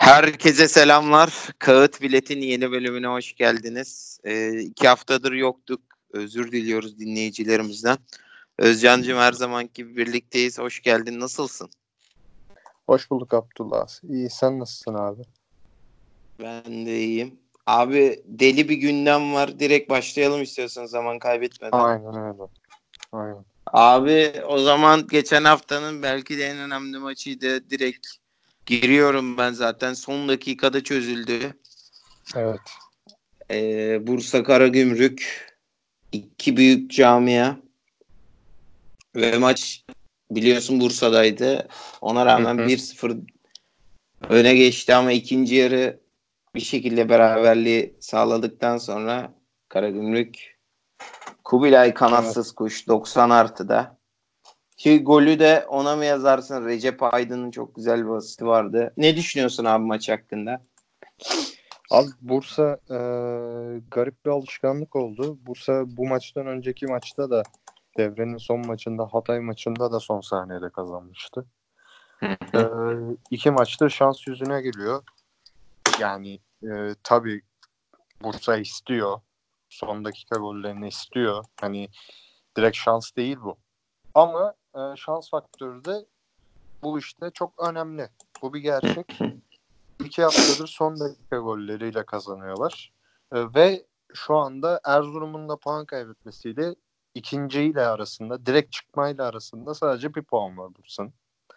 Herkese selamlar. Kağıt Bilet'in yeni bölümüne hoş geldiniz. 2 haftadır yoktuk. Özür diliyoruz dinleyicilerimizden. Özcan'cığım her zamanki gibi birlikteyiz. Hoş geldin. Nasılsın? Hoş bulduk Abdullah. İyi, sen nasılsın abi? Ben de iyiyim. Abi deli bir gündem var. Direkt başlayalım istiyorsan zaman kaybetmeden. Aynen öyle. Aynen. Abi o zaman geçen haftanın belki de en önemli maçıydı. Direkt giriyorum ben zaten. Son dakikada çözüldü. Evet. Bursa Karagümrük. İki büyük camia ve maç biliyorsun Bursa'daydı. Ona rağmen 1-0 öne geçti ama ikinci yarı bir şekilde beraberliği sağladıktan sonra Karagümrük Kubilay kanatsız kuş 90 artıda. Ki golü de ona mı yazarsın? Recep Aydın'ın çok güzel bir asisti vardı. Ne düşünüyorsun abi maç hakkında? Abi Bursa garip bir alışkanlık oldu. Bursa bu maçtan önceki maçta da devrenin son maçında Hatay maçında da son saniyede kazanmıştı. 2 maçtır şans yüzüne geliyor. Yani tabii Bursa istiyor. Son dakika gollerini istiyor. Hani direkt şans değil bu. Ama şans faktörü de bu işte çok önemli. Bu bir gerçek. 2 haftadır son dakika golleriyle kazanıyorlar. Ve şu anda Erzurum'un da puan kaybetmesiyle ikinciyle arasında, direkt çıkmayla arasında sadece bir puan var Bursa'nın.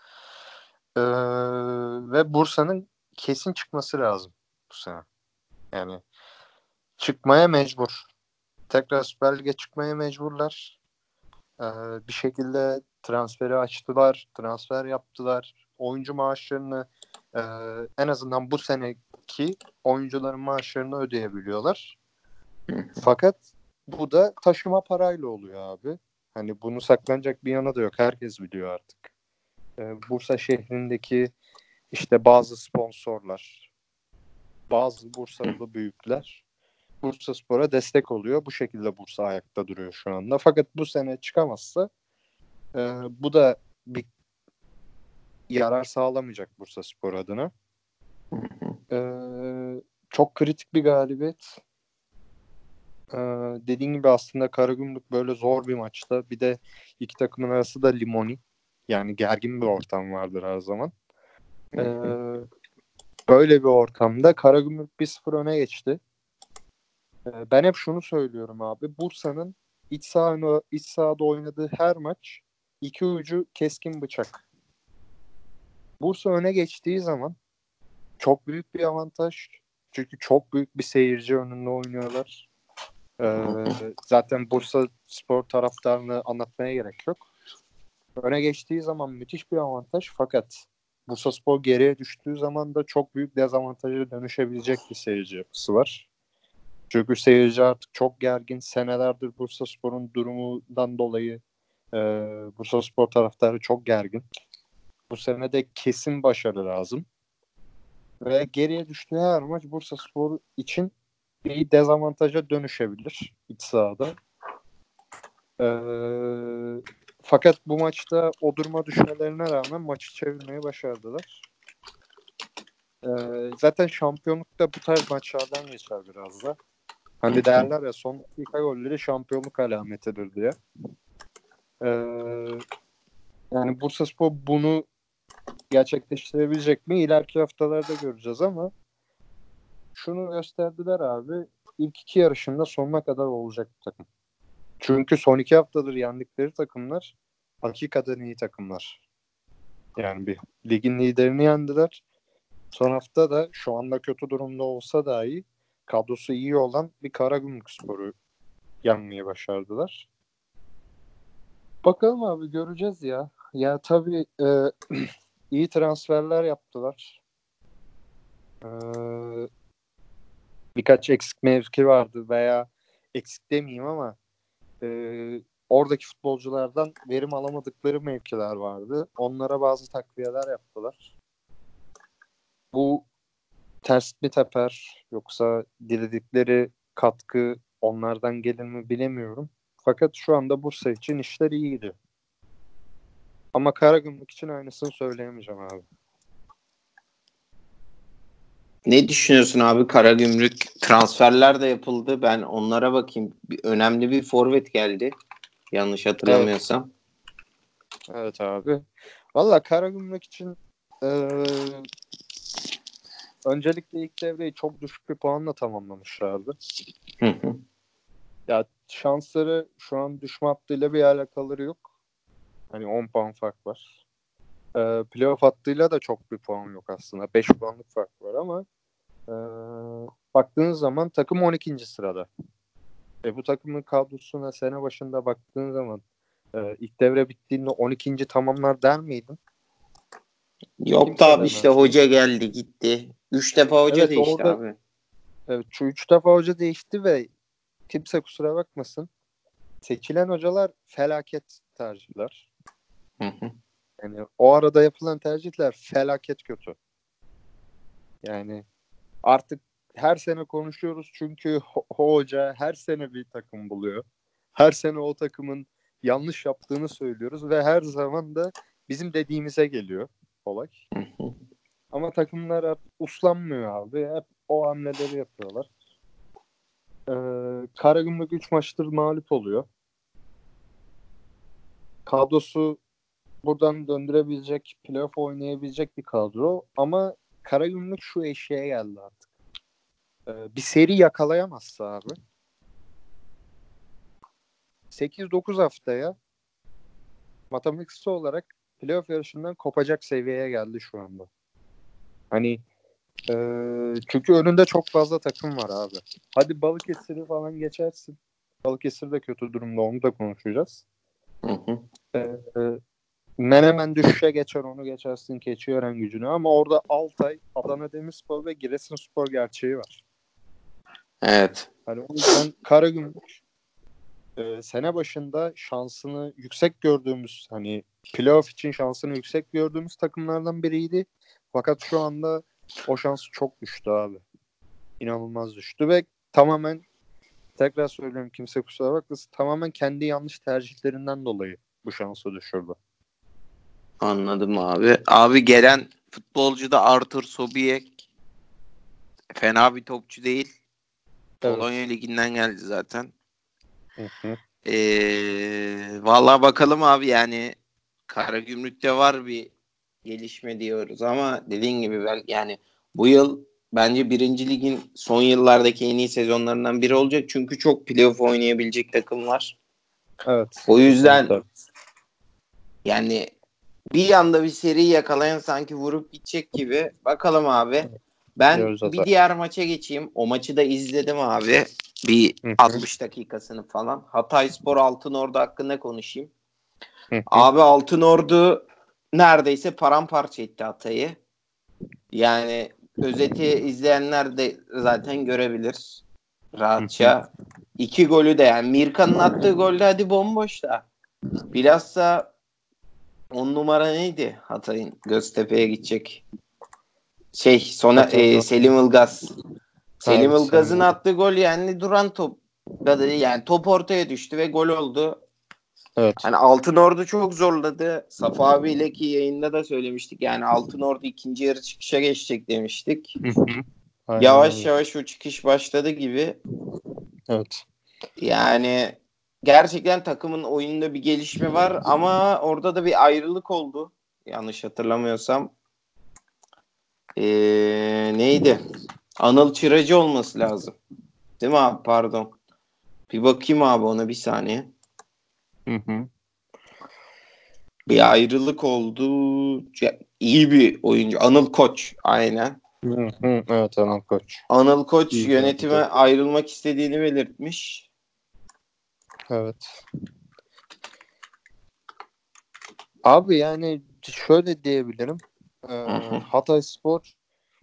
Ve Bursa'nın kesin çıkması lazım bu sene. Yani çıkmaya mecbur. Tekrar Süper Lig'e çıkmaya mecburlar. Bir şekilde transferi açtılar, transfer yaptılar. Oyuncu maaşlarını en azından bu seneki oyuncuların maaşlarını ödeyebiliyorlar. Fakat bu da taşıma parayla oluyor abi. Hani bunu saklanacak bir yana da yok. Herkes biliyor artık. Bursa şehrindeki işte bazı sponsorlar, bazı Bursalı büyükler Bursaspor'a destek oluyor. Bu şekilde Bursa ayakta duruyor şu anda. Fakat bu sene çıkamazsa bu da bir yarar sağlamayacak Bursaspor adına. Çok kritik bir galibiyet. Dediğim gibi aslında Karagümrük böyle zor bir maçta. Bir de iki takımın arası da limoni. Yani gergin bir ortam vardır her zaman. Böyle bir ortamda Karagümrük 1-0 öne geçti. Ben hep şunu söylüyorum abi. Bursa'nın iç sahada oynadığı her maç iki ucu keskin bıçak. Bursa öne geçtiği zaman çok büyük bir avantaj. Çünkü çok büyük bir seyirci önünde oynuyorlar. Zaten Bursa spor taraftarını anlatmaya gerek yok. Öne geçtiği zaman müthiş bir avantaj. Fakat Bursa Spor geriye düştüğü zaman da çok büyük dezavantaja dönüşebilecek bir seyirci yapısı var. Çünkü seyirci artık çok gergin. Senelerdir Bursa Spor'un durumundan dolayı Bursa Spor taraftarı çok gergin. Bu sene de kesin başarı lazım. Ve geriye düştüğü her maç Bursaspor için bir dezavantaja dönüşebilir iç sahada. Fakat bu maçta o duruma düşmelerine rağmen maçı çevirmeyi başardılar. Zaten şampiyonlukta bu tarz maçlardan geçer biraz da. Hani derler ya son dakika golleri şampiyonluk alametidir diye. Yani Bursaspor bunu gerçekleştirebilecek mi? İleriki haftalarda göreceğiz ama şunu gösterdiler abi. İlk iki yarışında sonuna kadar olacak bir takım. Çünkü son 2 haftadır yendikleri takımlar hakikaten iyi takımlar. Yani bir ligin liderini yendiler. Son hafta da şu anda kötü durumda olsa dahi kadrosu iyi olan bir Karagümrükspor'u yenmeyi başardılar. Bakalım abi göreceğiz ya. Ya tabii iyi transferler yaptılar. Birkaç eksik mevki vardı veya eksik demeyeyim ama oradaki futbolculardan verim alamadıkları mevkiler vardı. Onlara bazı takviyeler yaptılar. Bu ters mi teper yoksa diledikleri katkı onlardan gelir mi bilemiyorum. Fakat şu anda Bursa için işler iyiydi. Ama Karagümrük için aynısını söyleyemeyeceğim abi. Ne düşünüyorsun abi? Karagümrük transferler de yapıldı. Ben onlara bakayım. Önemli bir forvet geldi. Yanlış Evet, hatırlamıyorsam. evet abi. Valla Karagümrük için eee, öncelikle ilk devreyi çok düşük bir puanla tamamlamışlardı. Hı hı. Ya şansları şu an düşme hattıyla bir alakaları yok. Hani 10 puan fark var. Playoff hattıyla da çok bir puan yok aslında. 5 puanlık fark var ama baktığınız zaman takım 12. sırada. Bu takımın kadrosuna sene başında baktığın zaman ilk devre bittiğinde 12. tamamlar der miydin? Yok da Kimse abi işte demezdi. hoca geldi gitti. 3 defa hoca Evet değişti orada abi. evet, şu 3 defa hoca değişti ve kimse kusura bakmasın. Seçilen hocalar felaket tercihler. Hı hı. Yani o arada yapılan tercihler felaket kötü. Yani artık her sene konuşuyoruz çünkü o hoca her sene bir takım buluyor. Her sene o takımın yanlış yaptığını söylüyoruz ve her zaman da bizim dediğimize geliyor olay. Hı hı. Ama takımlar hep uslanmıyor abi. Hep o hamleleri yapıyorlar. Karagümrük 3 maçtır mağlup oluyor. Kadrosu buradan döndürebilecek, playoff oynayabilecek bir kadro. Ama Karagümrük şu eşeğe geldi artık. Bir seri yakalayamazsa abi 8-9 haftaya matematiksel olarak playoff yarışından kopacak seviyeye geldi şu anda. Hani çünkü önünde çok fazla takım var abi. Hadi Balıkesir'i falan geçersin. Balıkesir de kötü durumda, onu da konuşacağız. Hı hı. Menemen düşüşe geçer, onu geçersin Keçiören gücünü ama orada Altay, Adana Demirspor ve Giresunspor gerçeği var. Evet. Hani o yüzden Karagümrük sene başında şansını yüksek gördüğümüz, hani playoff için şansını yüksek gördüğümüz takımlardan biriydi. Fakat şu anda o şans çok düştü abi. İnanılmaz düştü ve tamamen, tekrar söylüyorum kimse kusura bakmasın, tamamen kendi yanlış tercihlerinden dolayı bu şansı düşürdü. Anladım abi. Abi gelen futbolcu da Arthur Sobiyek. Fena bir topçu değil. Polonya Evet. Ligi'nden geldi zaten. Hı hı. Vallahi bakalım abi yani Karagümrük'te var bir gelişme diyoruz ama dediğin gibi yani bu yıl bence birinci ligin son yıllardaki en iyi sezonlarından biri olacak. Çünkü çok playoff oynayabilecek takım var. Evet. O yüzden Kesinlikle. yani bir anda bir seri yakalayan sanki vurup gidecek gibi. Bakalım abi. Ben Diyoruz bir zaten. diğer maça geçeyim. O maçı da izledim abi. Bir Hı hı. 60 dakikasını falan. Hatayspor Altınordu hakkında konuşayım. Hı hı. Abi Altınordu neredeyse paramparça etti Hatay'ı. Yani özeti izleyenler de zaten görebilir Hı hı. rahatça. İki golü de yani Mirkan'ın attığı golde hadi bomboş da. Bilhassa 10 numara neydi Hatay'ın? Göztepe'ye gidecek. Hatırlamıyorum. Selim Ilgaz. Ha, Selim evet, Ilgaz'ın senin. attığı gol yani duran top. Yani top ortaya düştü ve gol oldu. Evet. Hani Altınordu çok zorladı. Safa abiyle ki yayında da söylemiştik. Yani Altınordu ikinci yarı çıkışa geçecek demiştik. Hı hı. Aynen Yavaş öyle. yavaş o çıkış başladı gibi. Evet. Yani gerçekten takımın oyununda bir gelişme var ama orada da bir ayrılık oldu. Yanlış hatırlamıyorsam. Neydi? Anıl Çıracı olması lazım. Değil mi abi? Pardon. Bir bakayım abi ona bir saniye. Hı hı. Bir ayrılık oldu. İyi bir oyuncu. Anıl Koç. Aynen. Hı hı. Evet, Anıl Koç. Anıl Koç İyi geldi yönetime de. ayrılmak istediğini belirtmiş. Evet. Abi yani şöyle diyebilirim. Hı hı. Hatayspor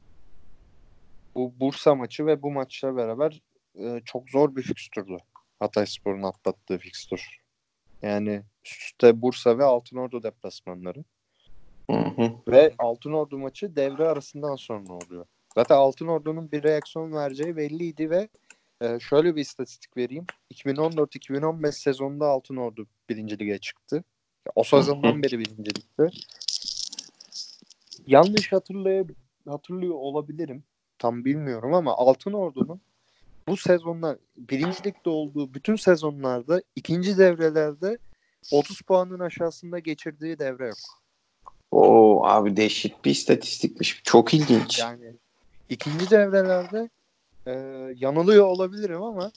bu Bursa maçı ve bu maçla beraber çok zor bir fikstürdü. Hatayspor'un atlattığı fikstür. Yani üst üste Bursa ve Altınordu deplasmanları. Hı hı. Ve Altınordu maçı devre arasından sonra oluyor. Zaten Altınordu'nun bir reaksiyon vereceği belliydi ve şöyle bir istatistik vereyim. 2014-2015 sezonunda Altınordu birinci lige çıktı. O Hı hı. sezondan beri birinci ligde. Yanlış hatırlıyor olabilirim. tam bilmiyorum ama Altınordu'nun bu sezonlar birinci ligde olduğu bütün sezonlarda ikinci devrelerde 30 puanın aşağısında geçirdiği devre yok. Oo abi dehşet bir istatistikmiş. Çok ilginç. Yani ikinci devrelerde yanılıyor olabilirim ama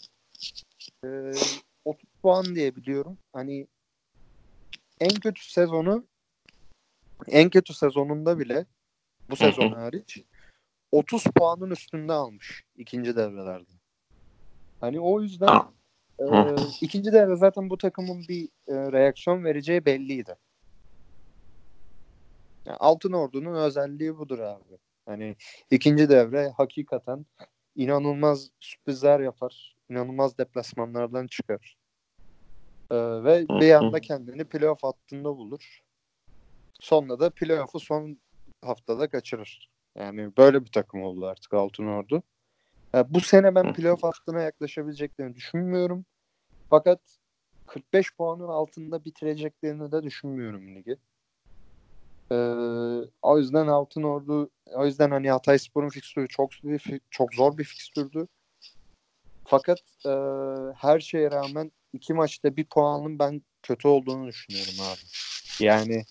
30 puan diye biliyorum. Hani en kötü sezonunda bile bu sezon hariç 30 puanın üstünde almış ikinci devrelerde. Hani o yüzden ikinci devre zaten bu takımın bir reaksiyon vereceği belliydi. Yani Altınordu'nun özelliği budur abi. Hani ikinci devre hakikaten inanılmaz sürprizler yapar. İnanılmaz deplasmanlardan çıkar. Ve bir anda kendini playoff hattında bulur. Sonra da playoff'u son haftada kaçırır. Yani böyle bir takım oldu artık Altınordu. Bu sene ben playoff hattına yaklaşabileceklerini düşünmüyorum. Fakat 45 puanın altında bitireceklerini de düşünmüyorum ligi. O yüzden o yüzden hani Hatayspor'un fikstürü çok zor bir fikstürdü. Fakat her şeye rağmen 2 maçta bir puanın ben kötü olduğunu düşünüyorum abi. Yani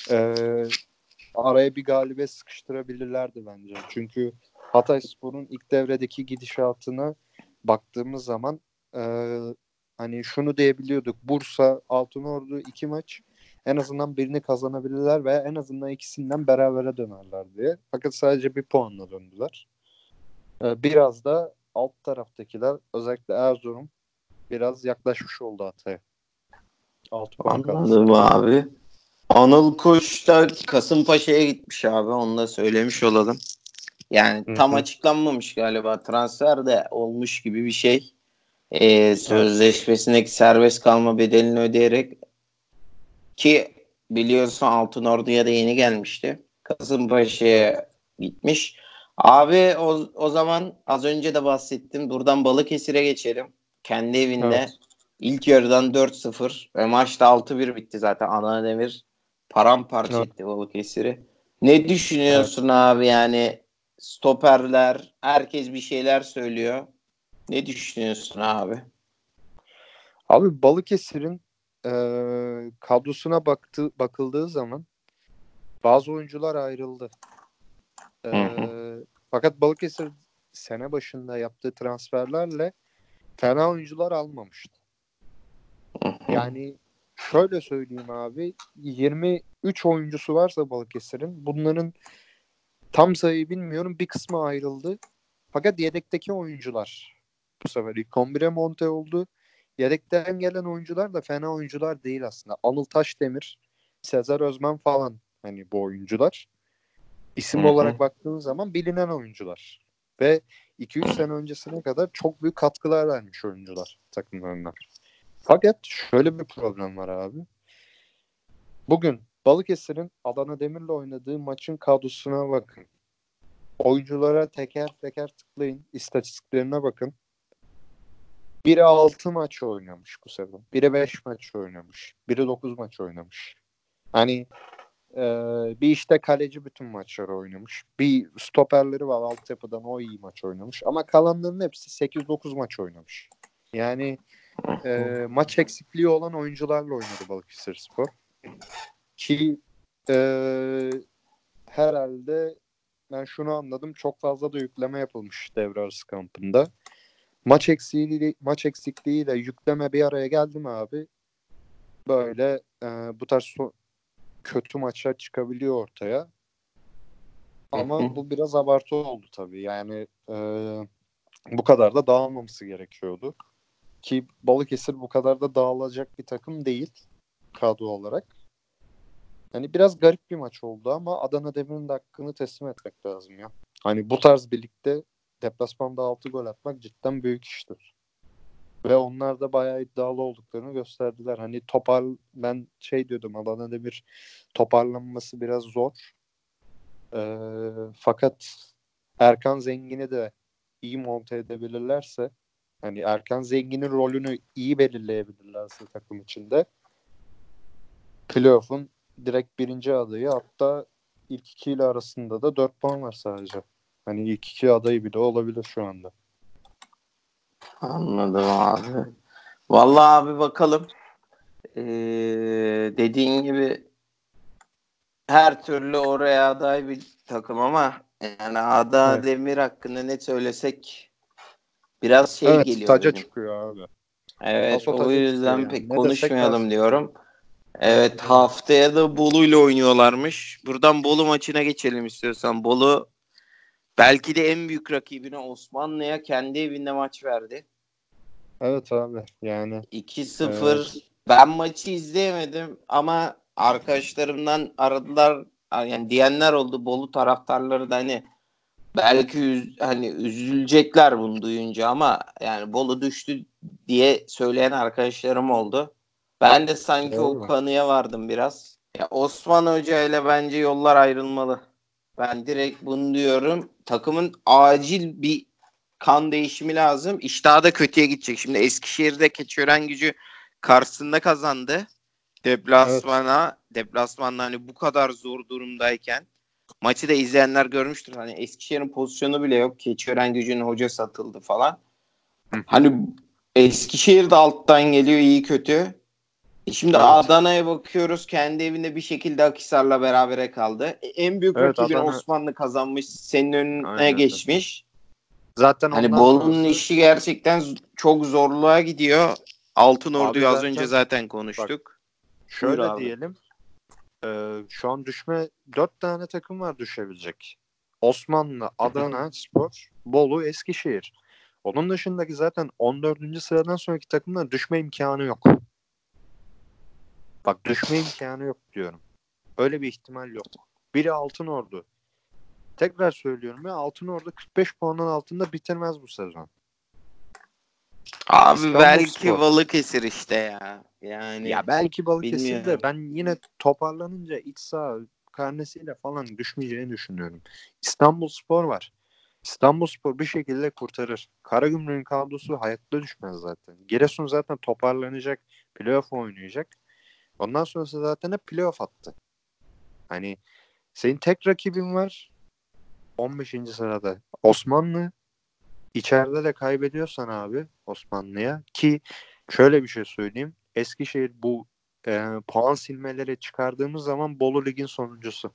araya bir galibiyet sıkıştırabilirlerdi bence. Çünkü Hatayspor'un ilk devredeki gidişatına baktığımız zaman hani şunu diyebiliyorduk. Bursa, Altınordu 2 maç en azından birini kazanabilirler veya en azından ikisinden berabere dönerler diye. Fakat sadece bir puanla döndüler. Biraz da alt taraftakiler özellikle Erzurum biraz yaklaşmış oldu Hatay'a. 6 puan Anladım kaldı. abi. Anıl Koç da Kasımpaşa'ya gitmiş abi. Onu da söylemiş olalım. Yani Hı tam hı. açıklanmamış galiba. Transfer de olmuş gibi bir şey. Evet. Sözleşmesindeki serbest kalma bedelini ödeyerek ki biliyorsun Altınordu'ya da yeni gelmişti. Evet. Kasımpaşa'ya gitmiş. Abi o zaman az önce de bahsettim. Buradan Balıkesir'e geçelim. Kendi evinde Evet. ilk yarıdan 4-0 ve maçta 6-1 bitti zaten. Adana paramparça Evet. etti Balıkesir'i. Ne Evet. düşünüyorsun abi yani stoperler herkes bir şeyler söylüyor. Ne düşünüyorsun abi? Abi Balıkesir'in kadrosuna bakıldığı zaman bazı oyuncular ayrıldı. Hı hı. Fakat Balıkesir sene başında yaptığı transferlerle fena oyuncular almamıştı. Hı hı. Yani şöyle söyleyeyim abi 23 oyuncusu varsa Balıkesir'in bunların tam sayıyı bilmiyorum bir kısmı ayrıldı. Fakat yedekteki oyuncular bu sefer ilk 11'e monte oldu. Yedekten gelen oyuncular da fena oyuncular değil aslında. Anıl Taşdemir, Sezer Özmen falan hani bu oyuncular. Hı İsim hı. olarak baktığınız zaman bilinen oyuncular. Ve 2-3 sene öncesine kadar çok büyük katkılar vermiş oyuncular takımlarına. Fakat şöyle bir problem var abi. Bugün Balıkesir'in Adana Demir'le oynadığı maçın kadrosuna bakın. Oyunculara teker teker tıklayın. İstatistiklerine bakın. Biri 6 maç oynamış bu sezon. Biri 5 maç oynamış. Biri 9 maç oynamış. Hani e, bir işte kaleci bütün maçları oynamış. Bir stoperleri var altyapıdan o iyi maç oynamış. Ama kalanların hepsi 8-9 maç oynamış. Yani maç eksikliği olan oyuncularla oynadı Balıkesirspor. Ki e, herhalde ben şunu anladım. Çok fazla da yükleme yapılmış devre arası kampında. Maç eksikliğiyle yükleme bir araya geldi mi abi? Böyle bu tarz kötü maçlar çıkabiliyor ortaya. Hı hı. Ama bu biraz abartı oldu tabii. Yani bu kadar da dağılmaması gerekiyordu. Ki Balıkesir bu kadar da dağılacak bir takım değil kadro olarak. Hani biraz garip bir maç oldu ama Adana Demir'in de hakkını teslim etmek lazım ya. Hani bu tarz birlikte deplasmanda 6 gol atmak cidden büyük iştir. Ve onlar da bayağı iddialı olduklarını gösterdiler. Hani ben şey diyordum Adana Demir toparlanması biraz zor. Fakat Erkan Zengin'i de iyi monte edebilirlerse hani Erkan Zengin'in rolünü iyi belirleyebilirlerse takım içinde playoff'un direkt birinci adayı hatta ilk ikiyle arasında da 4 puan var sadece. Hani ilk iki adayı bile olabilir şu anda. Anladım abi. Vallahi abi bakalım. Dediğin gibi her türlü oraya aday bir takım ama yani Ada Evet. Demir hakkında ne söylesek biraz şey Evet, geliyor taca benim. çıkıyor abi. Evet, Paso o taca çıkıyor yüzden yani. pek Ne desek konuşmayalım karşılık diyorum. geliyor. Evet, Aynen öyle. haftaya da Bolu ile oynuyorlarmış. Buradan Bolu maçına geçelim istiyorsan. Bolu belki de en büyük rakibine Osmanlı'ya kendi evinde maç verdi. Evet abi yani 2-0. Ben maçı izleyemedim ama arkadaşlarımdan aradılar. Yani diyenler oldu. Bolu taraftarları da hani belki hani üzülecekler bunu duyunca ama yani Bolu düştü diye söyleyen arkadaşlarım oldu. Ben de sanki o doğru. kanıya vardım biraz. Ya Osman Hoca ile bence yollar ayrılmalı. Ben direkt bunu diyorum. Takımın acil bir kan değişimi lazım. İştah da kötüye gidecek. Şimdi Eskişehir'de Keçiörengucu karşısında kazandı. Evet. Deplasmanda hani bu kadar zor durumdayken maçı da izleyenler görmüştür. Hani Eskişehir'in pozisyonu bile yok. Keçiörengucu'nun hoca satıldı falan. Hı hı. Hani Eskişehir de alttan geliyor iyi kötü. Şimdi Evet. Adana'ya bakıyoruz. Kendi evinde bir şekilde Akhisar'la berabere kaldı. En büyük Evet, rakibin Adana Osmanlı kazanmış. Senin önüne aynen öyle. geçmiş. Zaten Hani ondan Bolu'nun sonrası işi gerçekten çok zorluğa gidiyor. abi Altınordu'yu az önce zaten zaten bak konuştuk. Buyur şöyle abi. diyelim. Şu an düşme 4 tane takım var düşebilecek. Osmanlı, Adana, Spor, Bolu, Eskişehir. Onun dışındaki zaten 14. sıradan sonraki takımlar düşme imkanı yok. Bak düşme imkanı yok diyorum. Öyle bir ihtimal yok. Biri Altınordu. Tekrar söylüyorum ya Altınordu 45 puanın altında bitirmez bu sezon. Abi belki İstanbulspor. Balıkesir işte ya. Yani Ya belki Balıkesir de bilmiyorum. ben yine toparlanınca iç saha karnesiyle falan düşmeyeceğini düşünüyorum. İstanbulspor var. İstanbulspor bir şekilde kurtarır. Karagümrük'ün kadrosu hayatta düşmez zaten. Giresun zaten toparlanacak. Playoff oynayacak. Ondan sonrası zaten hep playoff attı. Hani senin tek rakibin var 15. sırada. Osmanlı içeride de kaybediyorsan abi Osmanlı'ya ki şöyle bir şey söyleyeyim. Eskişehir bu puan silmeleri çıkardığımız zaman Bolu Lig'in sonuncusu.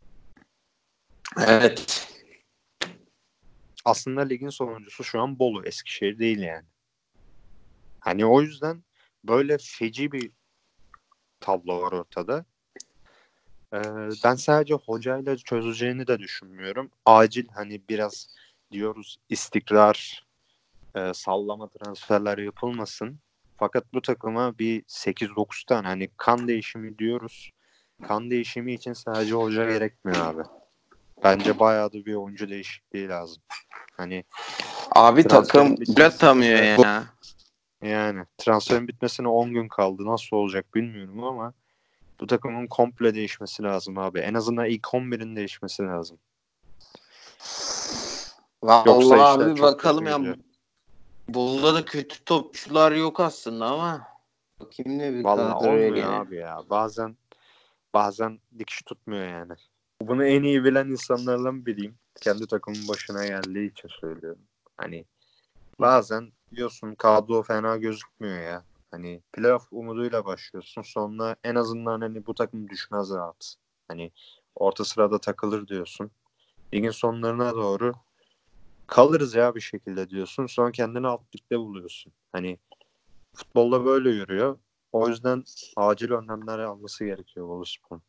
Evet. Aslında ligin sonuncusu şu an Bolu. Eskişehir değil yani. Hani o yüzden böyle feci bir tablo var ortada. Ben sadece hocayla çözeceğini de düşünmüyorum. Acil hani biraz diyoruz istikrar, sallama transferler yapılmasın. Fakat bu takıma bir 8-9 tane hani kan değişimi diyoruz. Kan değişimi için sadece hoca gerekmiyor abi. Bence bayağı da bir oyuncu değişikliği lazım. Hani Abi takım transferin gol bitmesine atamıyor de ya. yani transferin bitmesine 10 gün kaldı. Nasıl olacak bilmiyorum ama bu takımın komple değişmesi lazım abi. En azından ilk 11'in değişmesi lazım. Yoksa Vallahi işler abi çok kötü bakalım ya. gidiyor. Bolu'da da kötü topçular yok aslında ama bakayım ne bir Vallahi kadroya olmuyor gene. abi ya. Bazen dikiş tutmuyor yani. Bunu en iyi bilen insanlardan biriyim. Kendi takımın başına geldiği için söylüyorum. Hani bazen diyorsun kadro fena gözükmüyor ya. Hani playoff umuduyla başlıyorsun. Sonra en azından hani bu takım düşmez rahat. Hani orta sırada takılır diyorsun. Ligin sonlarına doğru kalırız ya bir şekilde diyorsun. Sonra kendini alt ligde buluyorsun. Hani futbolda böyle yürüyor. O yüzden acil önlemler alması gerekiyor Boluspor.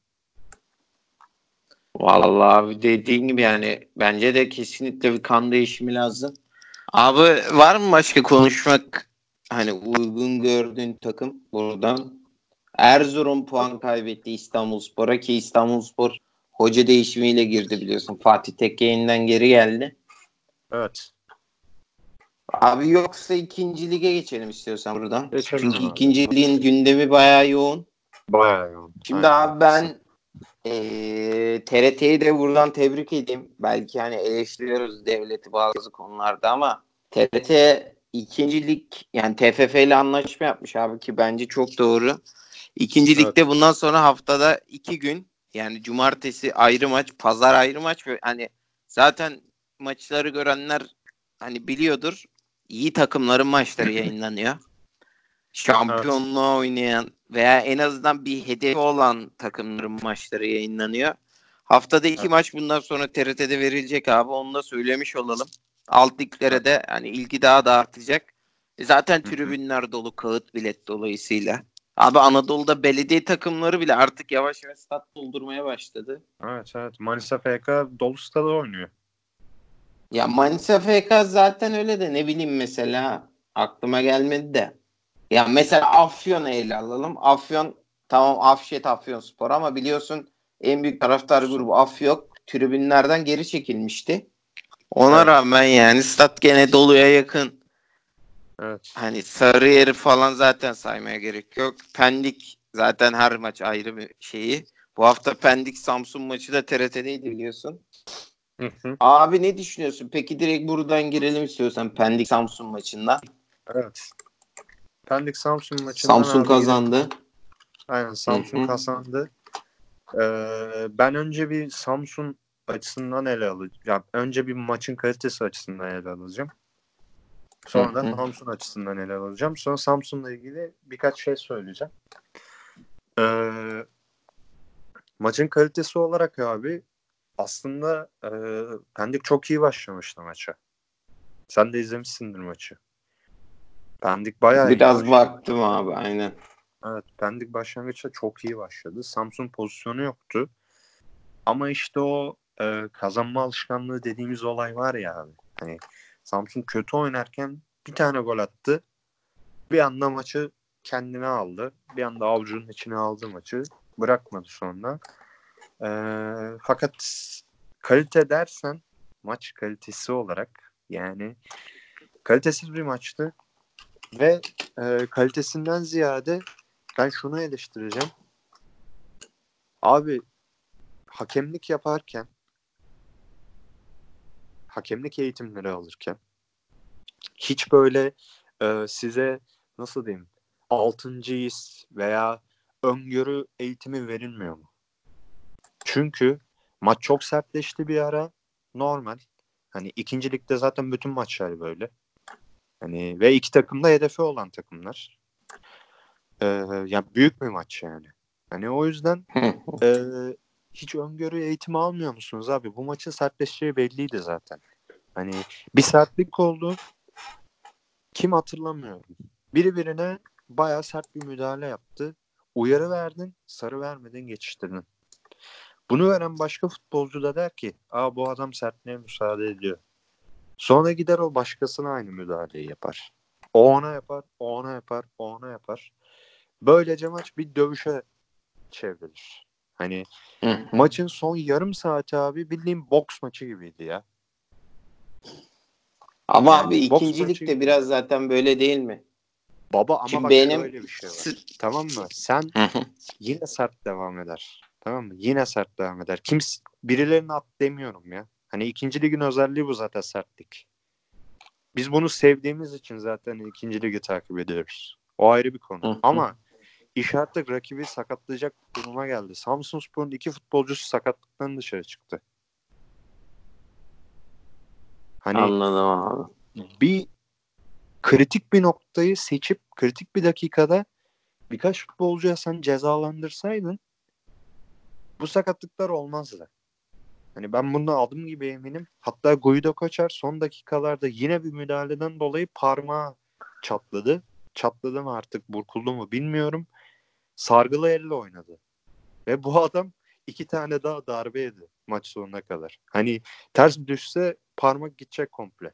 Vallahi abi dediğin gibi yani bence de kesinlikle bir kan değişimi lazım. Abi var mı başka konuşmak hani uygun gördüğün takım buradan? Erzurum puan kaybetti İstanbulspor'a ki İstanbulspor hoca değişimiyle girdi biliyorsun. Fatih Tekke yeniden geri geldi. Evet. Abi yoksa ikinci lige geçelim istiyorsan buradan. Geçelim Çünkü abi. ikinci ligin gündemi bayağı yoğun. Bayağı yoğun. Şimdi Aynen abi haklısın. ben TRT'yi de buradan tebrik edeyim. Belki hani eleştiriyoruz devleti bazı konularda ama TRT ikinci lig yani TFF ile anlaşma yapmış abi ki bence çok doğru. İkinci ligde Evet. bundan sonra haftada 2 gün yani cumartesi ayrı maç, pazar ayrı maç ve hani zaten maçları görenler hani biliyordur. İyi takımların maçları yayınlanıyor. Şampiyonluğa oynayan veya en azından bir hedefi olan takımların maçları yayınlanıyor. Haftada 2 maç bundan sonra TRT'de verilecek abi. Onu da söylemiş olalım. Alt liglere de hani ilgi daha da artacak. Zaten tribünler dolu, kağıt bilet dolayısıyla. Abi Anadolu'da belediye takımları bile artık yavaş yavaş stat doldurmaya başladı. Evet. Manisa FK dolu stada oynuyor. Ya Manisa FK zaten öyle de ne bileyim mesela aklıma gelmedi de. Ya mesela Afyon'u ele alalım. Afyon tamam Afyonspor ama biliyorsun en büyük taraftar grubu Afyon tribünlerden geri çekilmişti. Ona rağmen yani stat gene doluya yakın. Evet. Hani Sarıyer'i falan zaten saymaya gerek yok. Pendik zaten her maç ayrı bir şeyi. Bu hafta Pendik Samsun maçı da TRT'deydi biliyorsun. Abi ne düşünüyorsun? Peki direkt buradan girelim istiyorsan Pendik Samsun maçından. Evet. Pendik Samsun maçından Samsun abi kazandı. Aynen Samsun kazandı. Ben önce bir Samsun açısından ele alacağım. Önce bir maçın kalitesi açısından ele alacağım. Sonra da Samsun açısından ele alacağım. Sonra Samsun'la ilgili birkaç şey söyleyeceğim. Maçın kalitesi olarak abi aslında Pendik çok iyi başlamıştı maça. Sen de izlemişsindir maçı. Pendik bayağı iyi Biraz başladı. baktım abi aynen. Evet, Pendik başlangıçta çok iyi başladı. Samsun pozisyonu yoktu. Ama işte o kazanma alışkanlığı dediğimiz olay var ya abi. Hani Samsun kötü oynarken bir tane gol attı. Bir anda maçı kendine aldı. Bir anda avucunun içine aldı maçı. Bırakmadı sonra. Fakat kalite dersen maç kalitesi olarak yani kalitesiz bir maçtı. Ve kalitesinden ziyade ben şunu eleştireceğim. Abi hakemlik yaparken hakemlik eğitimleri alırken hiç böyle size nasıl diyeyim 6. his veya öngörü eğitimi verilmiyor mu? Çünkü maç çok sertleşti bir ara. Normal. Hani ikinci ligde zaten bütün maçlar böyle. Hani ve iki takım da hedefi olan takımlar. Ya büyük bir maç yani. Hani o yüzden hiç öngörü eğitimi almıyor musunuz abi? Bu maçın sertleşeceği belliydi zaten. Hani bir sertlik oldu. Kim hatırlamıyorum. Biri birine bayağı sert bir müdahale yaptı. Uyarı verdin, sarı vermedin, geçiştirdin. Bunu veren başka futbolcu da der ki, bu adam sertliğe müsaade ediyor. Sonra gider o başkasına aynı müdahaleyi yapar. O ona yapar, o ona yapar, o ona yapar. Böylece maç bir dövüşe çevrilir. Hani maçın son yarım saati abi bildiğin boks maçı gibiydi ya. Ama Yani abi ikincilik de biraz zaten böyle değil mi? Baba ama Şimdi bak benim şöyle bir şey var. Tamam mı? Sen yine sert devam eder. Tamam mı? Yine sert devam eder. Birilerine at demiyorum ya. Hani ikinci ligin özelliği bu zaten sertlik. Biz bunu sevdiğimiz için zaten ikinci ligi takip ediyoruz. O ayrı bir konu. Ama iş artık rakibi sakatlayacak duruma geldi. Samsunspor'un 2 futbolcusu sakatlıktan dışarı çıktı. Hani Anladım abi. bir kritik bir noktayı seçip kritik bir dakikada birkaç futbolcuya sen cezalandırsaydın bu sakatlıklar olmazdı. Hani ben bundan adım gibi eminim. Hatta Guido Koçer son dakikalarda yine bir müdahaleden dolayı parmağı çatladı. Çatladı mı artık burkuldu mu bilmiyorum. Sargılı elle oynadı. Ve bu adam 2 tane daha darbe yedi maç sonuna kadar. Hani ters düşse parmak gidecek komple.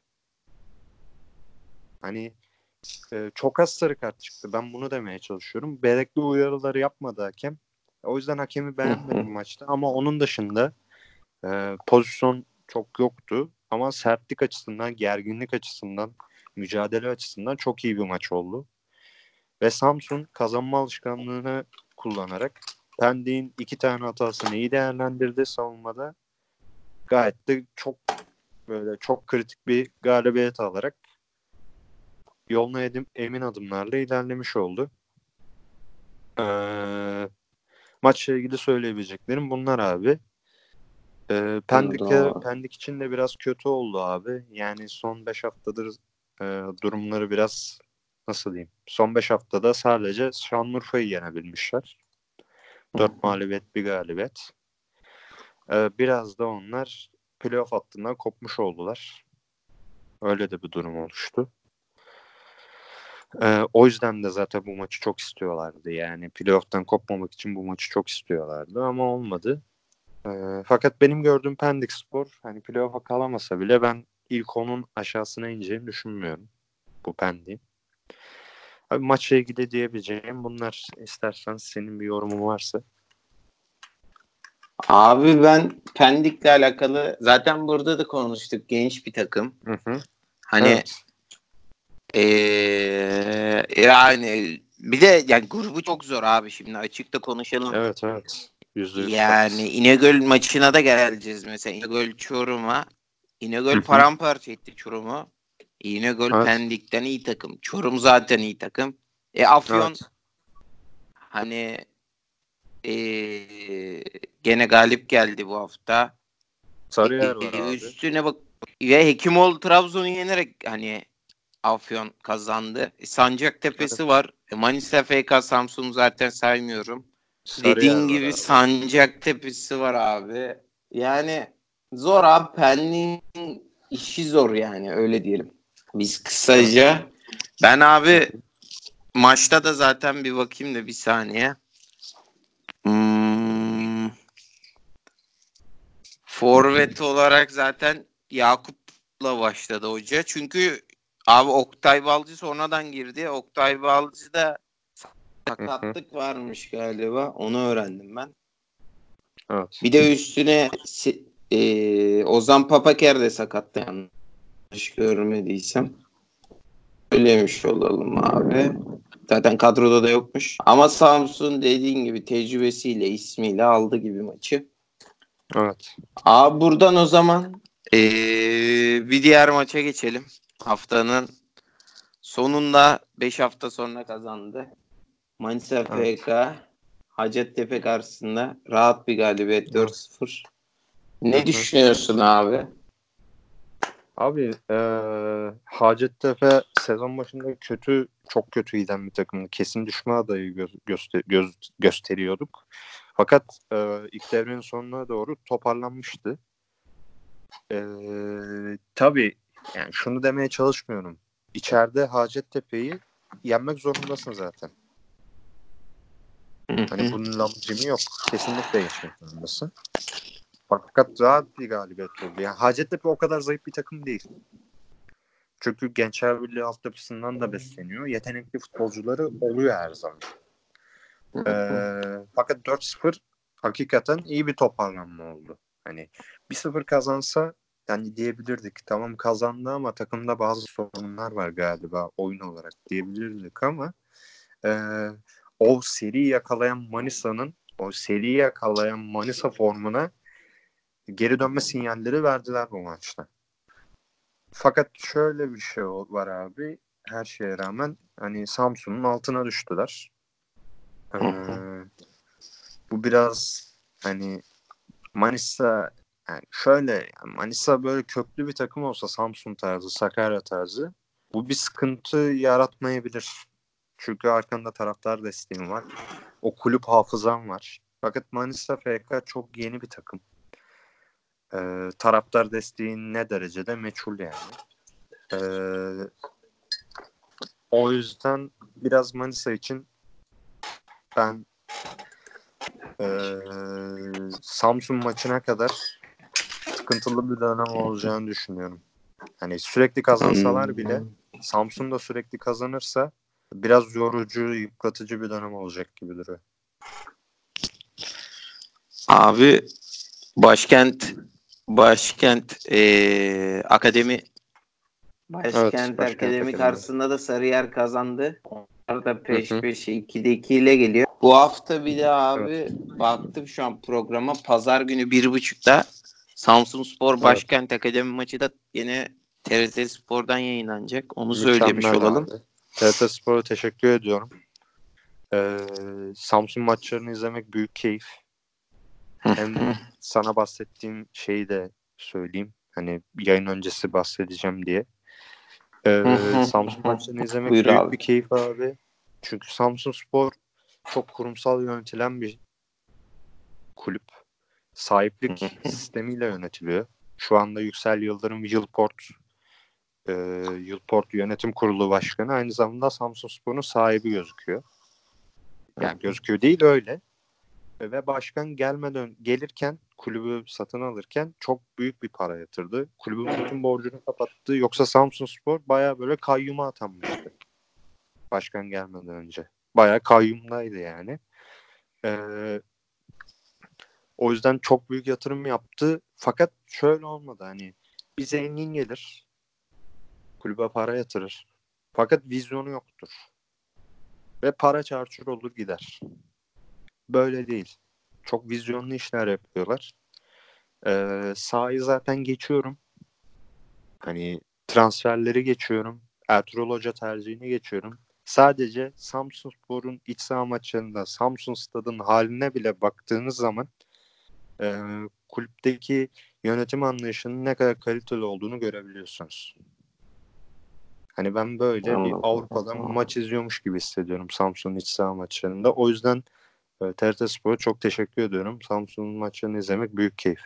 Hani çok az sarı kart çıktı. Ben bunu demeye çalışıyorum. Gerekli uyarıları yapmadı hakem. O yüzden hakemi beğenmedim maçta. Ama onun dışında pozisyon çok yoktu. Ama sertlik açısından, gerginlik açısından, mücadele açısından çok iyi bir maç oldu. Ve Samsun kazanma alışkanlığını kullanarak Pendik'in 2 tane hatasını iyi değerlendirdi savunmada. Gayet de çok kritik bir galibiyet alarak yoluna emin adımlarla ilerlemiş oldu. Maçla ilgili söyleyebileceklerim bunlar abi. Pendik için de biraz kötü oldu abi. Yani son 5 haftadır durumları biraz nasıl diyeyim? Son 5 haftada sadece Şanlıurfa'yı yenebilmişler. 4 mağlubiyet, 1 galibiyet. Biraz da onlar playoff hattından kopmuş oldular. Öyle de bir durum oluştu. O yüzden de zaten bu maçı çok istiyorlardı. Yani playoff'tan kopmamak için bu maçı çok istiyorlardı ama olmadı. Fakat benim gördüğüm Pendikspor hani playoff'a kalamasa bile ben ilk 10'un aşağısına ineceğini düşünmüyorum. Bu Pendik'in. Abi maçla ilgili diyebileceğim bunlar. İstersen senin bir yorumun varsa. Abi ben Pendik'le alakalı zaten burada da konuştuk. Genç bir takım. Hı. Hani Evet. yani bir de yani grubu çok zor abi, şimdi açıkta konuşalım. Evet. %100 Yani İnegöl maçına da geleceğiz mesela. İnegöl Çorum'a. İnegöl paramparça etti Çorum'u. İnegöl Evet. Pendik'ten iyi takım. Çorum zaten iyi takım. Afyon Evet. hani gene galip geldi bu hafta. Sarıyer var abi. Üstüne bak ve Hekimoğlu Trabzon'u yenerek hani Afyon kazandı. Sancaktepe'si Evet. var. Manisa FK Samsun zaten saymıyorum. Sarıyer Dediğin var gibi abi. Sancaktepe'si var abi. Yani zor abi. Pendik'in işi zor yani, öyle diyelim. Biz Evet. kısaca ben abi maçta da zaten bir bakayım da bir saniye. Forvet olarak zaten Yakup'la başladı hoca. Çünkü abi Oktay Balcı sonradan girdi. Oktay Balcı da sakatlık varmış galiba. Onu öğrendim ben. Evet. Bir de üstüne Ozan Papaker de sakattı, yanlış görmediysem. Söylemiş olalım abi. Zaten kadroda da yokmuş. Ama Samsun dediğin gibi tecrübesiyle, ismiyle aldı gibi maçı. Evet. Abi buradan o zaman bir diğer maça geçelim. Haftanın sonunda 5 hafta sonra kazandı. Manisa Evet. FK Hacettepe karşısında rahat bir galibiyet, Evet. 4-0. Ne düşünüyorsun abi? Abi Hacettepe sezon başında çok kötü giden bir takımdı. Kesin düşme adayı gösteriyorduk. Fakat ilk devrenin sonuna doğru toparlanmıştı. Tabii yani şunu demeye çalışmıyorum. İçeride Hacettepe'yi yenmek zorundasın zaten. Hani bunun lambacımı yok. Kesinlikle geçmek zorundasın. Fakat rahat bir galibiyet oldu. Yani Hacettepe o kadar zayıf bir takım değil. Çünkü Gençler Birliği altyapısından da besleniyor. Yetenekli futbolcuları oluyor her zaman. Fakat 4-0 hakikaten iyi bir toparlanma oldu. Hani 1-0 kazansa yani diyebilirdik tamam kazandı ama takımda bazı sorunlar var galiba oyun olarak diyebilirdik ama o seriyi yakalayan Manisa formuna geri dönme sinyalleri verdiler bu maçta. Fakat şöyle bir şey var abi. Her şeye rağmen hani Samsun'un altına düştüler. Bu biraz hani Manisa yani Manisa böyle köklü bir takım olsa Samsun tarzı, Sakarya tarzı bu bir sıkıntı yaratmayabilir. Çünkü arkanda taraftar desteğim var. O kulüp hafızam var. Fakat Manisa FK çok yeni bir takım. Taraftar desteğin ne derecede meçhul yani. O yüzden biraz Manisa için ben Samsun maçına kadar sıkıntılı bir dönem olacağını düşünüyorum. Hani sürekli kazansalar bile Samsun da sürekli kazanırsa biraz yorucu, yıpratıcı bir dönem olacak gibi duruyor. Abi Başkent Akademi Evet, Başkent Başkent Akademi Akademi. karşısında da Sarıyer kazandı. Onlar da peş peşe 2'de 2 ile geliyor. Bu hafta bir de abi Evet. baktım şu an programa, pazar günü 1.30'da Samsunspor Evet. Başkent Akademi maçı da yine TRT Spor'dan yayınlanacak. Onu söylemiş Mükemmel olalım. abi. TRT Spor'a teşekkür ediyorum. Samsun maçlarını izlemek büyük keyif. Hem sana bahsettiğim şeyi de söyleyeyim. Hani yayın öncesi bahsedeceğim diye. Samsun maçını izlemek Buyur büyük abi. bir keyif abi. Çünkü Samsunspor çok kurumsal yönetilen bir kulüp. Sahiplik sistemiyle yönetiliyor. Şu anda Yüksel Yıldırım Yılport Yönetim Kurulu Başkanı aynı zamanda Samsunspor'un sahibi gözüküyor. Yani gözüküyor değil, öyle. Ve başkan gelirken kulübü satın alırken çok büyük bir para yatırdı. Kulübün bütün borcunu kapattı. Yoksa Samsunspor bayağı böyle kayyuma atanmıştı. Başkan gelmeden önce. Bayağı kayyumdaydı yani. O yüzden çok büyük yatırım yaptı. Fakat şöyle olmadı, hani bir zengin gelir, kulübe para yatırır. Fakat vizyonu yoktur. Ve para çarçur olur gider. Böyle değil. Çok vizyonlu işler yapıyorlar. Sahayı zaten geçiyorum. Hani transferleri geçiyorum. Ertuğrul Hoca tercihini geçiyorum. Sadece Samsunspor'un iç saha maçlarında Samsun Stad'ın haline bile baktığınız zaman kulüpteki yönetim anlayışının ne kadar kaliteli olduğunu görebiliyorsunuz. Hani ben böyle bir Avrupa'dan maç izliyormuş gibi hissediyorum Samsun'un iç saha maçlarında. O yüzden TRT Spor'a çok teşekkür ediyorum. Samsun'un maçlarını izlemek büyük keyif.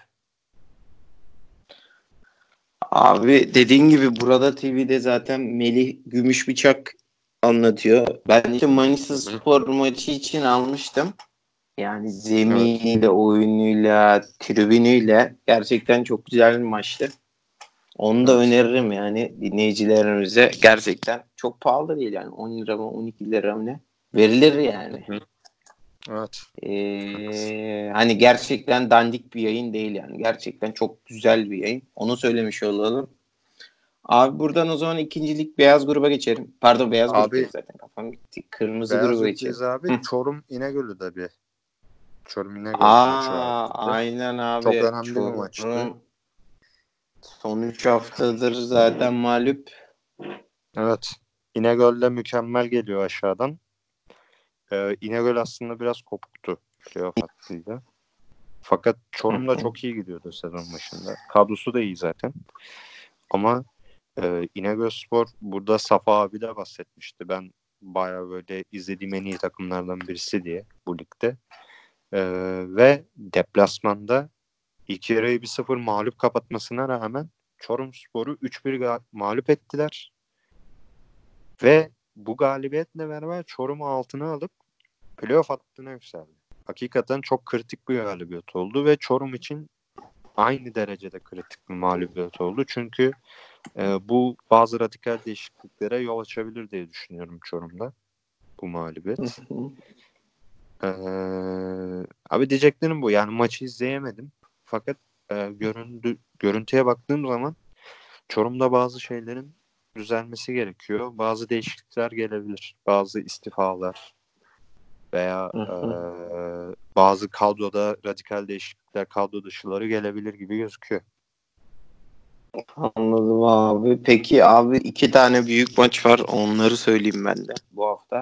Abi dediğin gibi burada TV'de zaten Melih Gümüşbıçak anlatıyor. Ben işte Manisa Spor maçı için almıştım. Yani zeminiyle, oyunuyla, tribünüyle gerçekten çok güzel bir maçtı. Onu da öneririm yani dinleyicilerimize. Gerçekten çok pahalı değil yani. 10 lira mı 12 lira mı ne? Verilir yani. Evet. Hani gerçekten dandik bir yayın değil yani. Gerçekten çok güzel bir yayın. Onu söylemiş olalım. Abi buradan o zaman ikincilik beyaz gruba geçelim. Pardon beyaz grup değil zaten. Kafam gitti. Kırmızı Beyaz gruba gruptayız geçelim. abi. Çorum İnegöl'ü bir. Çorum İnegöl maçı var. Aynen Çok abi. önemli bir maçtı. Çorum son 3 haftadır zaten mağlup. Evet. İnegöl'de mükemmel geliyor aşağıdan. İnegöl aslında biraz kopuktu playoff hattıyla. Fakat Çorum da çok iyi gidiyordu sezon başında. Kadrosu da iyi zaten. Ama İnegölspor, burada Safa abi de bahsetmişti. Ben bayağı böyle izlediğim en iyi takımlardan birisi diye bu ligde. Ve deplasmanda ilk yarıyı 1-0 mağlup kapatmasına rağmen Çorumspor'u 3-1 mağlup ettiler. Ve bu galibiyetle beraber Çorum'u altına alıp playoff hattına yükseldi. Hakikaten çok kritik bir galibiyet oldu ve Çorum için aynı derecede kritik bir mağlubiyet oldu. Çünkü bu bazı radikal değişikliklere yol açabilir diye düşünüyorum Çorum'da bu mağlubiyet. Abi diyeceklerim bu. Yani maçı izleyemedim. Fakat görüntüye baktığım zaman Çorum'da bazı şeylerin düzelmesi gerekiyor. Bazı değişiklikler gelebilir. Bazı istifalar veya bazı kadroda radikal değişiklikler, kadro dışıları gelebilir gibi gözüküyor. Anladım abi. Peki abi 2 tane büyük maç var. Onları söyleyeyim ben de bu hafta.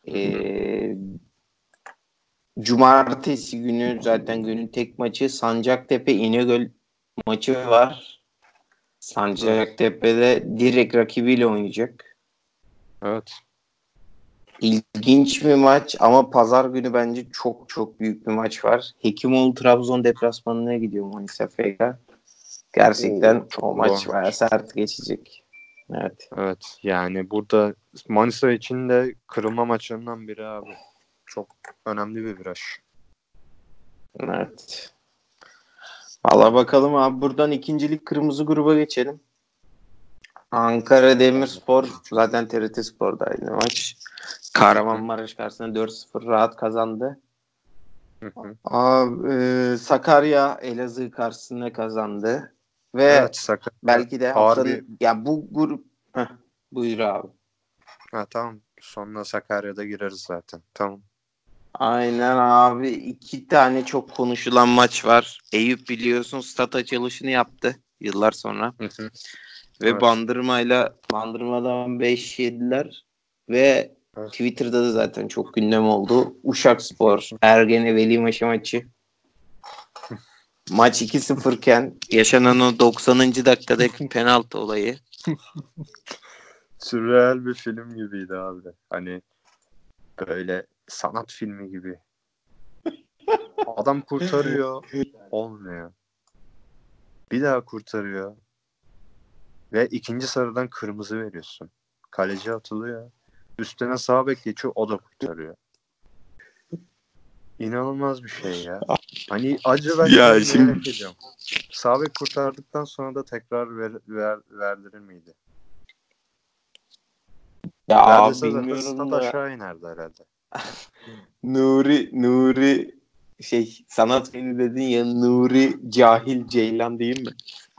Cumartesi günü zaten günün tek maçı Sancaktepe İnegöl maçı var. Sancaktepe'de direkt rakibiyle oynayacak. Evet. İlginç bir maç ama pazar günü bence çok çok büyük bir maç var. Hekimoğlu Trabzon deplasmanına gidiyor Manisa FK. Gerçekten Çok o zor maç bayağı maç. sert geçecek. Evet. Evet. Yani burada Manisa için de kırılma maçlarından biri abi. Çok önemli bir viraj. Evet. Valla bakalım abi buradan ikincilik kırmızı gruba geçelim. Ankara Demirspor zaten TRT Spor'daydı maç. Kahramanmaraş karşısında 4-0 rahat kazandı. Abi, Sakarya Elazığ karşısında kazandı. Ve Evet, Sakarya belki de ağır bir... haftanın ya bu grup buyur abi. Ha, tamam. Sonra Sakarya'da gireriz zaten. Tamam. Aynen abi. 2 tane çok konuşulan maç var. Eyüp biliyorsun stat açılışını yaptı yıllar sonra. Ve Evet. Bandırmadan 5 yediler. Ve Evet. Twitter'da da zaten çok gündem oldu. Uşakspor, Ergene Veli maçı. Maç 2-0 iken yaşanan o 90. dakikadaki penaltı olayı. Sürreal bir film gibiydi abi. Hani böyle sanat filmi gibi. Adam kurtarıyor. Olmuyor. Bir daha kurtarıyor. Ve ikinci sarıdan kırmızı veriyorsun. Kaleci atılıyor. Üstüne sağ bek geçiyor. O da kurtarıyor. İnanılmaz bir şey ya. Hani acı ben Ya şeyi merak şimdi ediyorum. Sağ bek kurtardıktan sonra da tekrar verdirir miydi? ya abi Verdiyse zaten bilmiyorum stat da aşağı inerdi herhalde. Nuri sanat filmi dedin ya, Nuri Cahil Ceylan değil mi?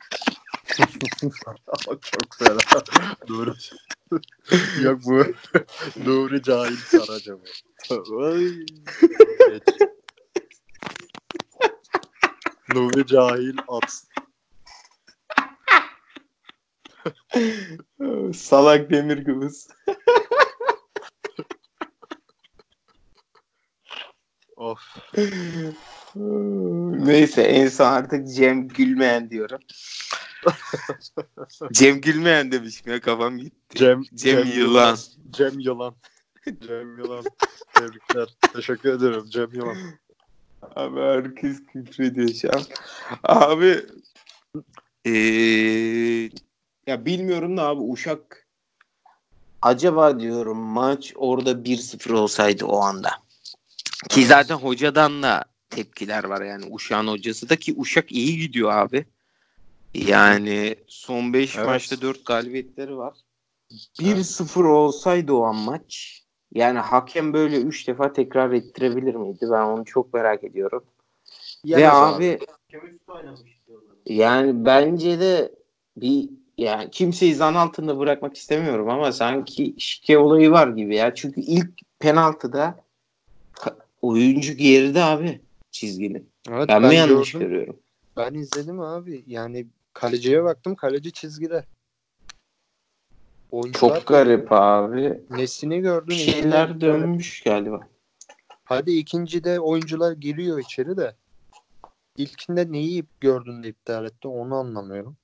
Çok fena. Doğru. Yok bu. Nuri Cahil Karaca bu. Ay. Geç. Nuri Cahil At. Salak demir kıvız. Of. Neyse en son artık Cem Gülmeyen diyorum. Cem Gülmeyen demişim ya, kafam gitti. Cem Yılan. Cem Yılan. Cem Yılan. Tebrikler. Teşekkür ederim Cem Yılan. Abi herkes küfrediyor şu an. Abi ya bilmiyorum da abi, Uşak acaba diyorum maç orada 1-0 olsaydı o anda. Ki zaten hocadan da tepkiler var yani, Uşak'ın hocası da, ki Uşak iyi gidiyor abi. Yani son 5 Evet. maçta 4 galibiyetleri var. 1-0 olsaydı o an maç, yani hakem böyle 3 defa tekrar ettirebilir miydi? Ben onu çok merak ediyorum. Ve Yemez abi yani bence de yani kimseyi zan altında bırakmak istemiyorum ama sanki şike olayı var gibi ya. Çünkü ilk penaltıda oyuncu geride abi, çizginin. Evet Ben mi ben yanlış gördüm. görüyorum? Ben izledim abi. Yani kaleciye baktım. Kaleci çizgide. Oyuncular Çok garip abi. nesini Bir gördün ilkinde şeyler iptal et. dönmüş galiba. Hadi ikincide oyuncular giriyor içeri de. İlkinde neyi gördün de iptal etti onu anlamıyorum.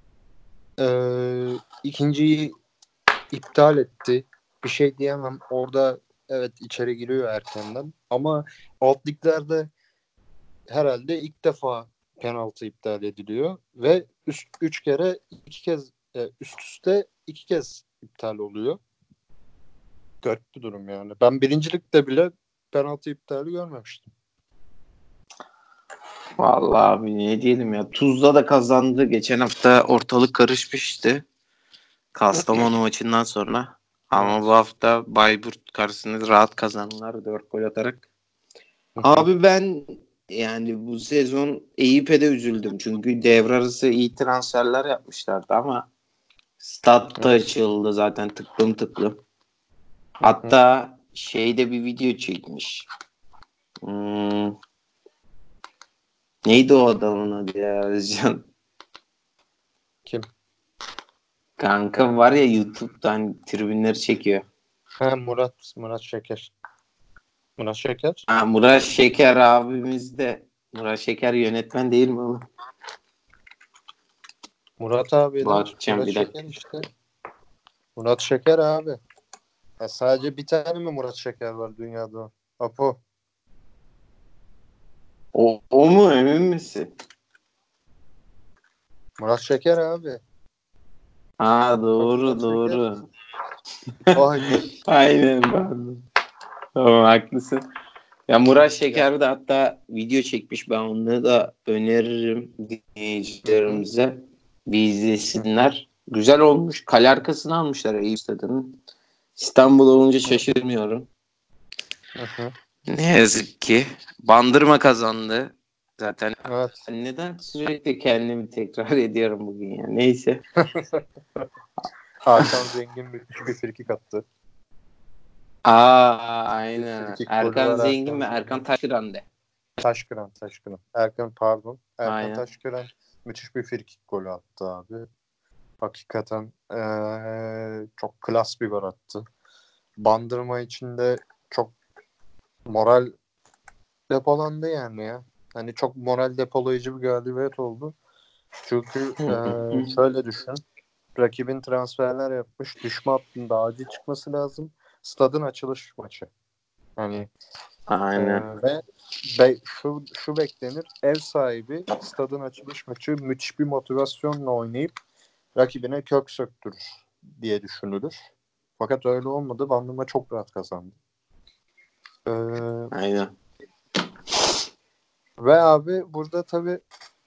İkinciyi iptal etti. Bir şey diyemem. Orada evet içeri giriyor erkenden. Ama alt liglerde herhalde ilk defa penaltı iptal ediliyor. Ve üç kere iki kez üst üste iki kez iptal oluyor. Garip bir durum yani. Ben birincilikte bile penaltı iptali görmemiştim. Vallahi abi ne diyelim ya. Tuzla da kazandı. Geçen hafta ortalık karışmıştı. Kastamonu maçından sonra. Ama bu Evet. hafta Bayburt karşısında rahat kazandılar 4 gol atarak. Abi ben yani bu sezon Eyüp'e de üzüldüm. Çünkü devre arası iyi transferler yapmışlardı ama stat da açıldı zaten tıklım tıklım. Hatta şeyde bir video çekmiş. Neydi o adamın adı ya, Özcan? Kim? Kanka var ya, YouTube'dan tribünleri çekiyor. Ha, Murat Şeker. Murat Şeker. Ha, Murat Şeker abimiz de. Murat Şeker yönetmen değil mi oğlum? Murat abiler. Bakacağım Murat bir dakika. Şeker işte. Murat Şeker abi. Ya sadece bir tane mi Murat Şeker var dünyada? Apo. O mu, emin misin? Murat Şeker abi. Ha, Bak doğru Murat Şeker. doğru. Ay. Aynen, pardon. Tamam, haklısın. Ya Murat Ya. Şeker de hatta video çekmiş. Ben onu da öneririm Hı hı. dinleyicilerimize. Bir izlesinler. Güzel olmuş. Kale arkasını almışlar Eyüp Stadı'nın. İstanbul olunca şaşırmıyorum. Hı hı. Ne yazık ki. Bandırma kazandı. Zaten Evet. neden sürekli kendimi tekrar ediyorum bugün ya. Neyse. Hakan Zengin müthiş bir frikik attı. Bir Aynen. frikik golü Erkan var Zengin Erkan mi? Erkan Zengin. Taşkıran de. Taşkıran. Erkan pardon. Erkan Aynen. Taşkıran müthiş bir frikik golü attı abi. Hakikaten çok klas bir gol attı. Bandırma içinde çok moral depolandı yani ya. hani çok moral depolayıcı bir galibiyet oldu. Çünkü şöyle düşün. Rakibin transferler yapmış. Düşme hattında acil çıkması lazım. Stadın açılış maçı. Hani Aynen. ve şu beklenir. Ev sahibi stadın açılış maçı müthiş bir motivasyonla oynayıp rakibine kök söktürür diye düşünülür. Fakat öyle olmadı. Bandırma çok rahat kazandı. Ee, Aynen. ve abi burada tabii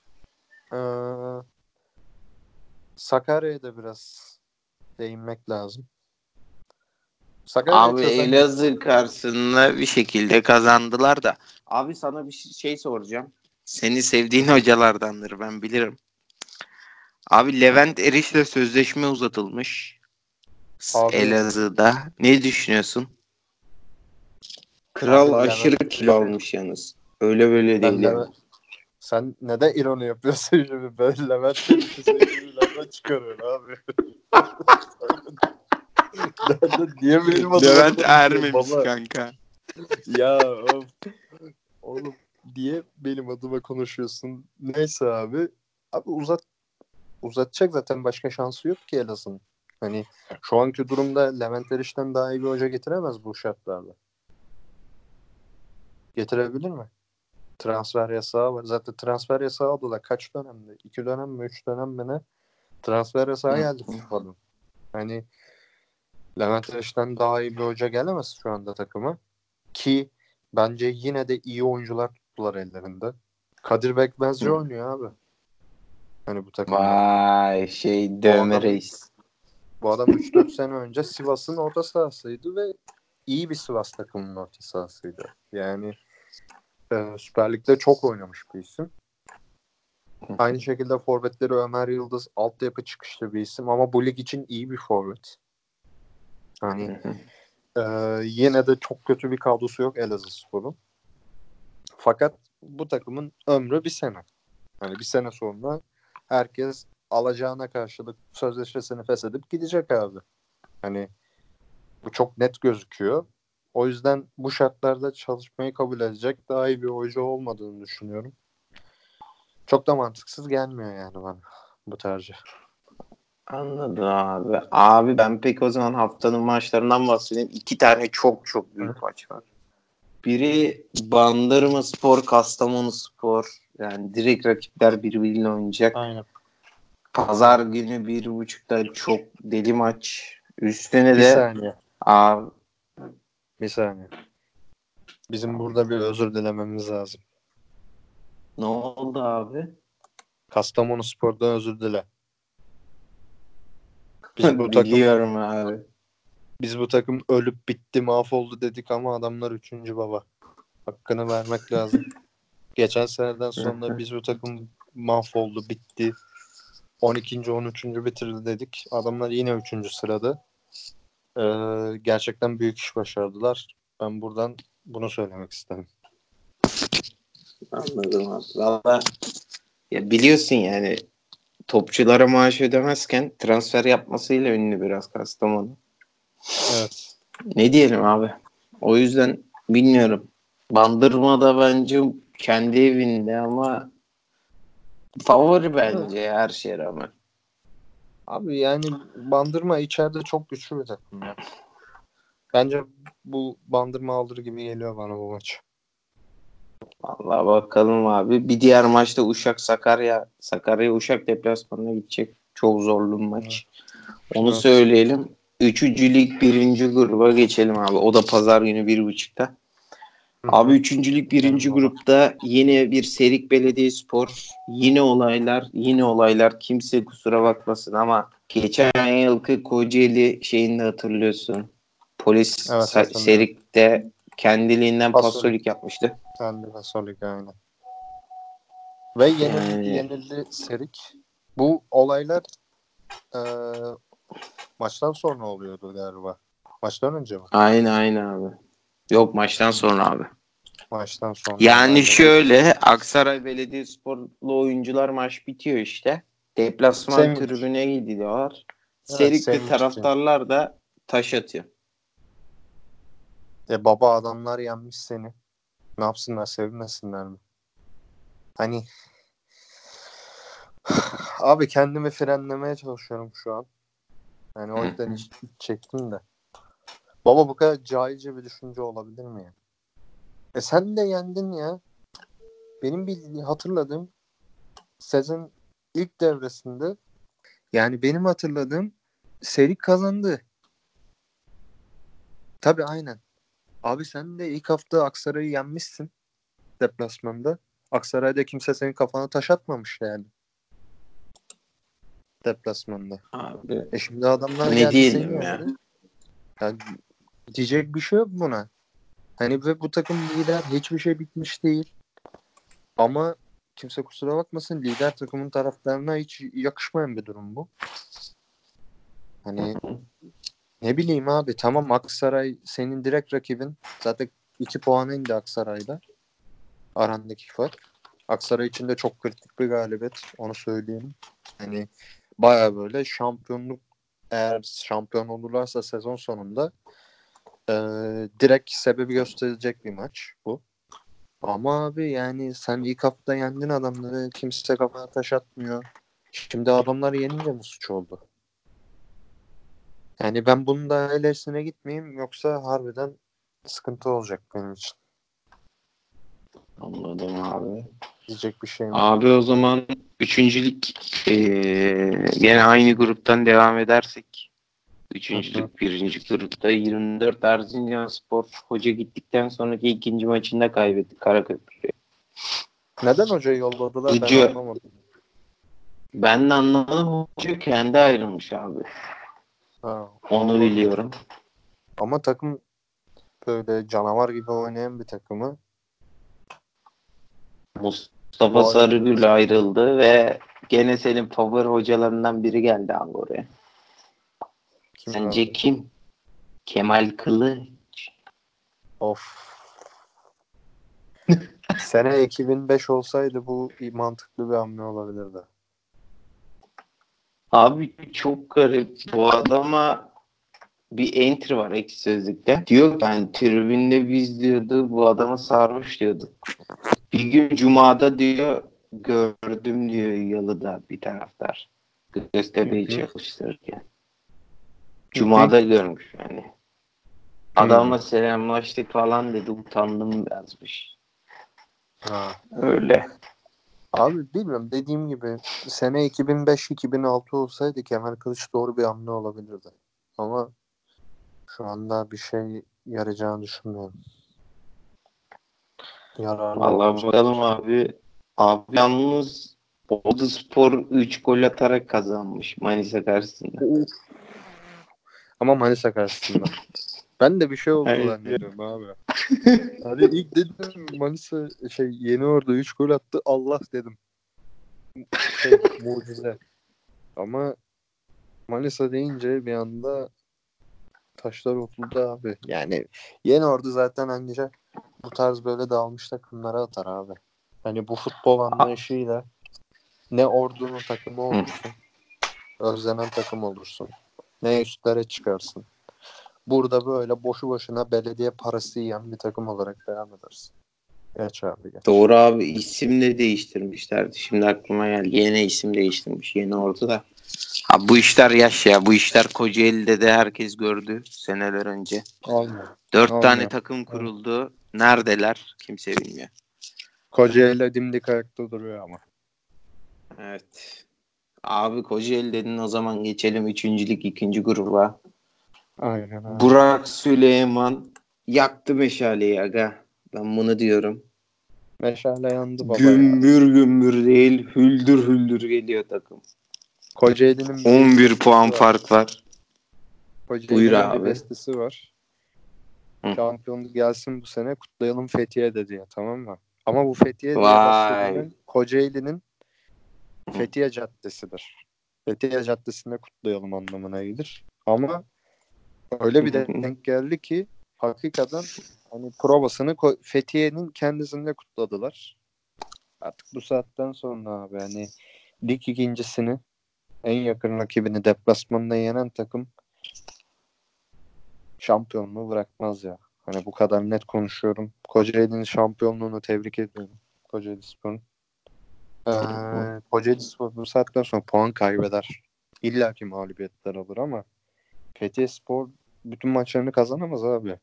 Sakarya'ya da biraz değinmek lazım. Sakarya'yı Abi çözen Elazığ karşısında bir şekilde kazandılar da. Abi sana bir şey soracağım. Seni sevdiğin hocalardandır, ben bilirim. Abi Levent Eriş'le sözleşme uzatılmış abi Elazığ'da. Ne düşünüyorsun? Kral abi aşırı kilo almış yalnız. Öyle böyle değil yani. Sen neden ironi yapıyorsun şimdi? Ben Levent Eriş'i sevdiğimi nereden çıkarıyorsun abi? Niye benim adıma Levent konuşuyorsun ermemiş baba? kanka. Ya oğlum niye benim adıma konuşuyorsun? Neyse abi. Abi uzatacak zaten, başka şansı yok ki Elazığ'ın. Hani şu anki durumda Levent Eriş'ten daha iyi bir hoca getiremez bu şartlarda. Getirebilir mi? Transfer yasağı var. Zaten transfer yasağı oldu da kaç dönemde? 2 dönem mi? 3 dönem mi ne? Transfer yasağı geldi FIFA'dan. Hani Levent Eriş'ten daha iyi bir hoca gelemez şu anda takıma. Ki bence yine de iyi oyuncular tuttular ellerinde. Kadir Bekmezci oynuyor abi. Hani bu takımda. Vay Bu dövme adam reis. bu adam 3-4 sene önce Sivas'ın orta sahasıydı ve iyi bir Sivas takımının orta sahasıydı. Yani Süper Lig'de çok oynamış bir isim. Aynı şekilde forvetleri Ömer Yıldız altyapı çıkışlı bir isim ama bu lig için iyi bir forvet. Hani yine de çok kötü bir kadrosu yok Elazığspor'un. Fakat bu takımın ömrü bir sene. Hani bir sene sonra herkes alacağına karşılık sözleşmesini feshedip gidecek abi. Hani bu çok net gözüküyor. O yüzden bu şartlarda çalışmayı kabul edecek daha iyi bir oyuncu olmadığını düşünüyorum. Çok da mantıksız gelmiyor yani bana bu tercih. Anladım abi. Abi ben pek o zaman haftanın maçlarından bahsedeyim. İki tane çok çok büyük maç var. Biri Bandırmaspor, Kastamonuspor. Yani direkt rakipler birbiriyle oynayacak. Aynen. Pazar günü 1.30'da çok deli maç. Üstüne Bir de saniye. abi, Bir saniye. Bizim burada bir özür dilememiz lazım. ne oldu abi? Kastamonuspor'dan özür dile. Biz bu takım Biliyorum abi. biz bu takım ölüp bitti, mahvoldu dedik ama adamlar 3. baba. Hakkını vermek lazım. Geçen seneden sonra biz bu takım mahvoldu, bitti. 12. 13. bitirdi dedik. Adamlar yine 3. sırada. Gerçekten büyük iş başardılar. Ben buradan bunu söylemek istedim. Anladım abi. Valla ya biliyorsun yani topçulara maaş ödemezken transfer yapmasıyla ünlü biraz Kastamonu. Evet. Ne diyelim abi? O yüzden bilmiyorum. Bandırma'da bence kendi evinde ama favori bence her şeye rağmen. Abi yani Bandırma içeride çok güçlü bir takım ya. Bence bu Bandırma alır gibi geliyor bana bu maç. Vallahi bakalım abi. Bir diğer maçta Uşak Sakarya. Sakarya Uşak deplasmanına gidecek. Çok zorlu bir Evet. maç. Onu Evet. söyleyelim. Üçüncü lig birinci gruba geçelim abi. O da pazar günü 1.30'da. Hı Abi hı. üçüncülük birinci Benim baba. grupta yine bir Serik Belediyespor. Yine olaylar, yine olaylar. Kimse kusura bakmasın ama geçen yılki Kocaeli şeyini de hatırlıyorsun. Polis Evet, hatırlıyorum. Serik'te kendiliğinden Pasolik. pasolik yapmıştı. Ben de Pasolik aynen. Ve Yani yenildi Serik. Bu olaylar e, maçtan sonra oluyordu galiba. Maçtan önce mi? aynı abi. Yok, maçtan sonra abi. Maçtan sonra Yani olaylar şöyle Aksaray Belediyesporlu oyuncular maç bitiyor işte. Deplasman sevinç. tribüne gidiyorlar. Evet, Serikli sevinç için. taraftarlar da taş atıyor. Baba adamlar yenmiş seni. Ne yapsınlar, sevinmesinler mi? Hani abi kendimi frenlemeye çalışıyorum şu an. Yani o yüzden hiç çektim de. Baba bu kadar cahilce bir düşünce olabilir mi ya? Sen de yendin ya. Benim bir hatırladığım sezon ilk devresinde yani benim hatırladığım seri kazandı. Tabii aynen. Abi sen de ilk hafta Aksaray'ı yenmişsin deplasmanda. Aksaray'da kimse senin kafana taş atmamış yani deplasmanda. Abi Şimdi adamlar ne geldi seni diyelim ya. yendi. Yani diyecek bir şey yok buna. Hani ve bu takım lider hiçbir şey bitmiş değil. Ama kimse kusura bakmasın lider takımın taraftarına hiç yakışmayan bir durum bu. Hani ne bileyim abi tamam Aksaray senin direkt rakibin. Zaten 2 puanı indi Aksaray'da. Arandaki fark. Aksaray için de çok kritik bir galibiyet. Onu söyleyeyim. Hani baya böyle şampiyonluk eğer şampiyon olurlarsa sezon sonunda direkt sebebi gösterecek bir maç bu. Ama abi yani sen ilk hafta yendin adamları. Kimse kafana taş atmıyor. Şimdi adamlar yenince mi suç oldu? Yani ben bunun da öylesine gitmeyeyim yoksa harbiden sıkıntı olacak benim için. Anladım abi. Diyecek bir şeyim yok. Abi o zaman üçüncülük gene aynı gruptan devam edersek. Hı hı. Üçüncülük birinci grupta 24 Erzincanspor hoca gittikten sonraki ikinci maçında kaybetti Karaköprü. Neden hocayı yolladılar ben Hoca anlamadım. ben de anlamadım, hoca kendi ayrılmış abi. Ha, Onu olabilir. biliyorum. Ama takım böyle canavar gibi oynayan bir takımı Mustafa bu ayrılıyor. Sarıgül ayrıldı ve gene senin favori hocalarından biri geldi abi oraya. Kim Sence abi? kim? Kemal Kılıç. Of. Sene 2005 olsaydı bu mantıklı bir hamle olabilirdi. Abi çok garip. Bu adama bir entry var Ekşi Sözlük'te. Diyor ki yani tribünde biz diyordu bu adamı sarmış diyordu. Bir gün Cuma'da diyor gördüm diyor Yalı'da bir taraftar. Hı Göztepe'yi hı. çalıştırırken. Hı hı. Cuma'da görmüş yani. Hı. Adamla selamlaştık falan dedi. Utandım yazmış. Ha. Öyle. Abi bilmiyorum dediğim gibi sene 2005-2006 olsaydı Kemal Kılıç doğru bir hamle olabilirdi. Ama şu anda bir şey yarayacağını düşünmüyorum. Yararlı Vallahi olmayacak. bakalım abi. Abi yalnız Boluspor 3 gol atarak kazanmış Manisa karşısında. Of. Ama Manisa karşısında. Ben de bir şey oldu Evet. zannediyorum abi. Hani ilk dedim Manisa Yeni Ordu 3 gol attı. Allah dedim. Mucize. Ama Manisa deyince bir anda taşlar oturdu abi. Yani Yeni Ordu zaten ancak bu tarz böyle dağılmış takımlara atar abi. Hani bu futbol anlayışıyla ne Ordu'nun takımı Hı. olursun, özlenen takım olursun, ne üstlere çıkarsın. Burada böyle boşu boşuna belediye parası yiyen bir takım olarak devam edersin. Geç abi geç. Doğru abi, isim de değiştirmişlerdi. Şimdi aklıma geldi. Yeni isim değiştirmiş. Yeni ordu da. Ha, bu işler yaş ya. Bu işler Kocaeli'de de herkes gördü seneler önce. Olmuyor. 4 tane Olmuyor. takım Evet. kuruldu. Neredeler? Kimse bilmiyor. Kocaeli dimdik ayakta duruyor ama. Evet. Abi Kocaeli dedin, o zaman geçelim üçüncülük ikinci gruba. Aynen abi. Burak Süleyman yaktı meşaleyi aga. Ben bunu diyorum. Meşale yandı baba ya. Gümbür gümbür değil, hüldür hüldür geliyor takım. Kocaeli'nin bir 11 bestesi puan var. fark var. Buyur Kocaeli'nin bir abi. bestesi var. Hı. Şampiyonluk gelsin bu sene kutlayalım Fethiye'de diye tamam mı? Ama bu Fethiye diye Vay. bahsedilen Kocaeli'nin Hı. Fethiye Caddesi'dir. Fethiye Caddesi'nde kutlayalım anlamına gelir. Ama öyle bir denk geldi ki hakikaten hani provasını Fethiye'nin kendisinde kutladılar. Artık bu saatten sonra abi hani lig ikincisini en yakın rakibini deplasmanda yenen takım şampiyonluğu bırakmaz ya. Hani bu kadar net konuşuyorum. Kocaeli'nin şampiyonluğunu tebrik ediyorum. Kocaeli Spor'un. Kocaelispor bu saatten sonra puan kaybeder. İlla ki mağlubiyetler alır ama Fethiyespor bütün maçlarını kazanamaz abi.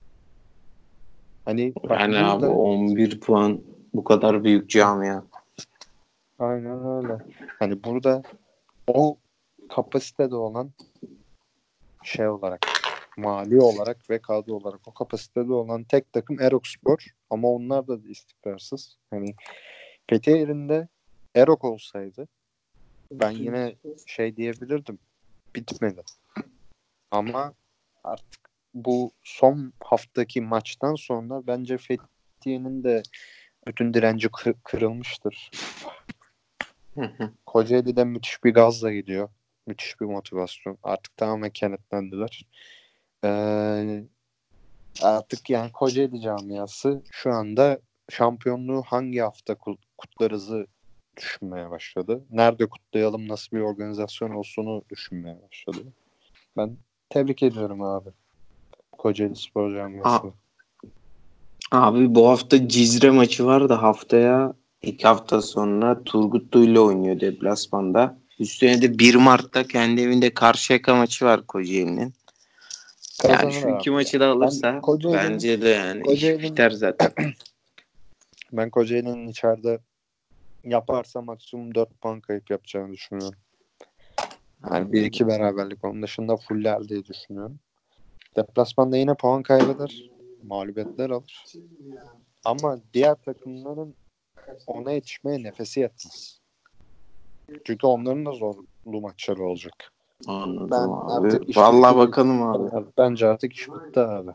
Hani bak Yani abi burada 11 puan bu kadar büyük camia. aynen öyle. Hani burada o kapasitede olan şey olarak mali olarak ve kadro olarak o kapasitede olan tek takım Erokspor ama onlar da istikrarsız. Hani Fethiye yerinde Erok olsaydı ben yine şey diyebilirdim. Bitmedi. Ama artık bu son haftaki maçtan sonra bence Fethiye'nin de bütün direnci kırılmıştır. Kocaeli'de müthiş bir gazla gidiyor. Müthiş bir motivasyon. Artık tamamen kenetlendiler. Ee, Artık yani Kocaeli camiası şu anda şampiyonluğu hangi hafta kutlarızı düşünmeye başladı. Nerede kutlayalım, nasıl bir organizasyon olsunu düşünmeye başladı. Ben tebrik ediyorum abi. Kocaeli Spor Camiası'nı. Abi bu hafta Cizre maçı var da haftaya 2 hafta sonra Turgutlu ile oynuyor deplasmanda. Üstüne de 1 Mart'ta kendi evinde Karşıyaka maçı var Kocaeli'nin. Yani Kazanır şu iki abi ya. maçı da Ben alırsa bence de yani iş Kocaeli'nin biter zaten. ben Kocaeli'nin içeride yaparsa maksimum 4 puan kayıp yapacağını düşünüyorum. Yani 1-2 beraberlik onun dışında fuller diye düşünüyorum. Deplasmanda yine puan kaybeder. Mağlubiyetler alır. Ama diğer takımların ona yetişmeye nefesi yetmez. Çünkü onların da zorlu maçları olacak. Anladım Ben abi. artık iş Vallahi bitti. bakalım abi. Bence artık iş bitti abi.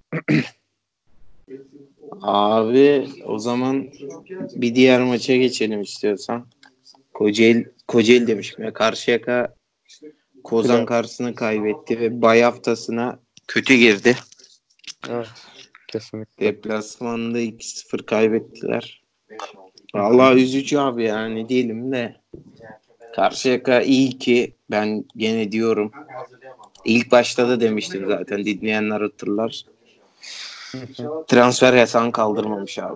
Abi o zaman bir diğer maça geçelim istiyorsan. Kocaeli demişim ya. Karşıyaka Kozan Playoff. karşısına kaybetti ve bay haftasına kötü girdi. Evet. Kesinlikle. Deplasmanda 2-0 kaybettiler. Vallahi üzücü abi yani diyelim de. Karşıyaka iyi ki ben gene diyorum. İlk başta da demiştim zaten dinleyenler hatırlar. Transfer yasağını kaldırmamış abi.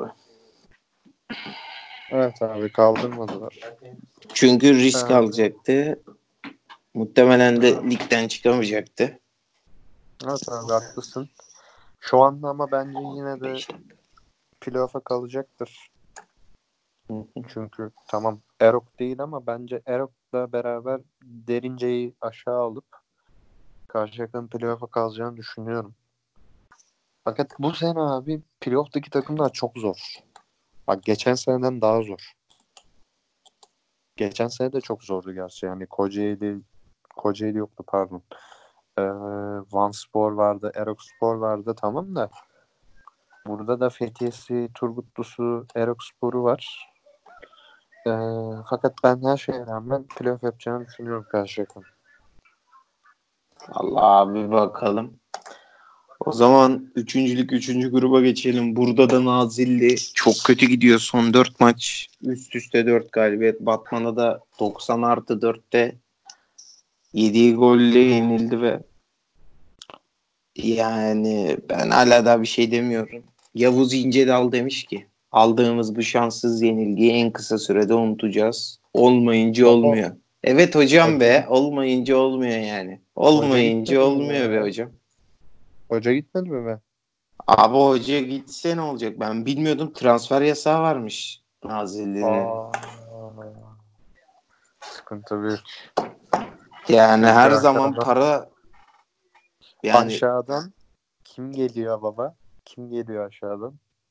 Evet abi kaldırmadılar. Çünkü risk Ha, alacaktı. Muhtemelen de ligden çıkamayacaktı. evet abi haklısın. Şu anda ama bence yine de playoff'a kalacaktır. Çünkü tamam Erok değil ama bence Erok'la beraber Derince'yi aşağı alıp Karşıyaka'nın playoff'a kalacağını düşünüyorum. Fakat bu sene abi playoff'taki takımlar çok zor. Bak geçen seneden daha zor. Geçen sene de çok zordu gerçi. Yani Kocaeli yoktu pardon. Ee, Vanspor vardı, Erokspor vardı tamam da burada da Fethiye'si, Turgutlusu, Erokspor'u var. Fakat ben her şeye rağmen playoff yapacağını düşünüyorum Karşıyaka'nın. Allah abi bakalım. O zaman üçüncülük 3. gruba geçelim. Burada da Nazilli çok kötü gidiyor. Son 4 maç üst üste 4 galibiyet. Batman'a da 90+4'te yediği golle yenildi ve yani ben hala da bir şey demiyorum. Yavuz İnceldal demiş ki aldığımız bu şanssız yenilgiyi en kısa sürede unutacağız. Olmayınca Baba olmuyor. Evet hocam hoca, be olmayınca olmuyor yani. hoca Olmayınca gitmedi mi olmuyor be be? hocam. Hoca gitmedi mi be? Abi hoca gitse ne olacak? Ben bilmiyordum transfer yasağı varmış Nazilli'nin. Aa, sıkıntı büyük. Yani Çünkü her zaman aşağıdan para yani aşağıdan kim geliyor baba? Kim geliyor aşağıdan?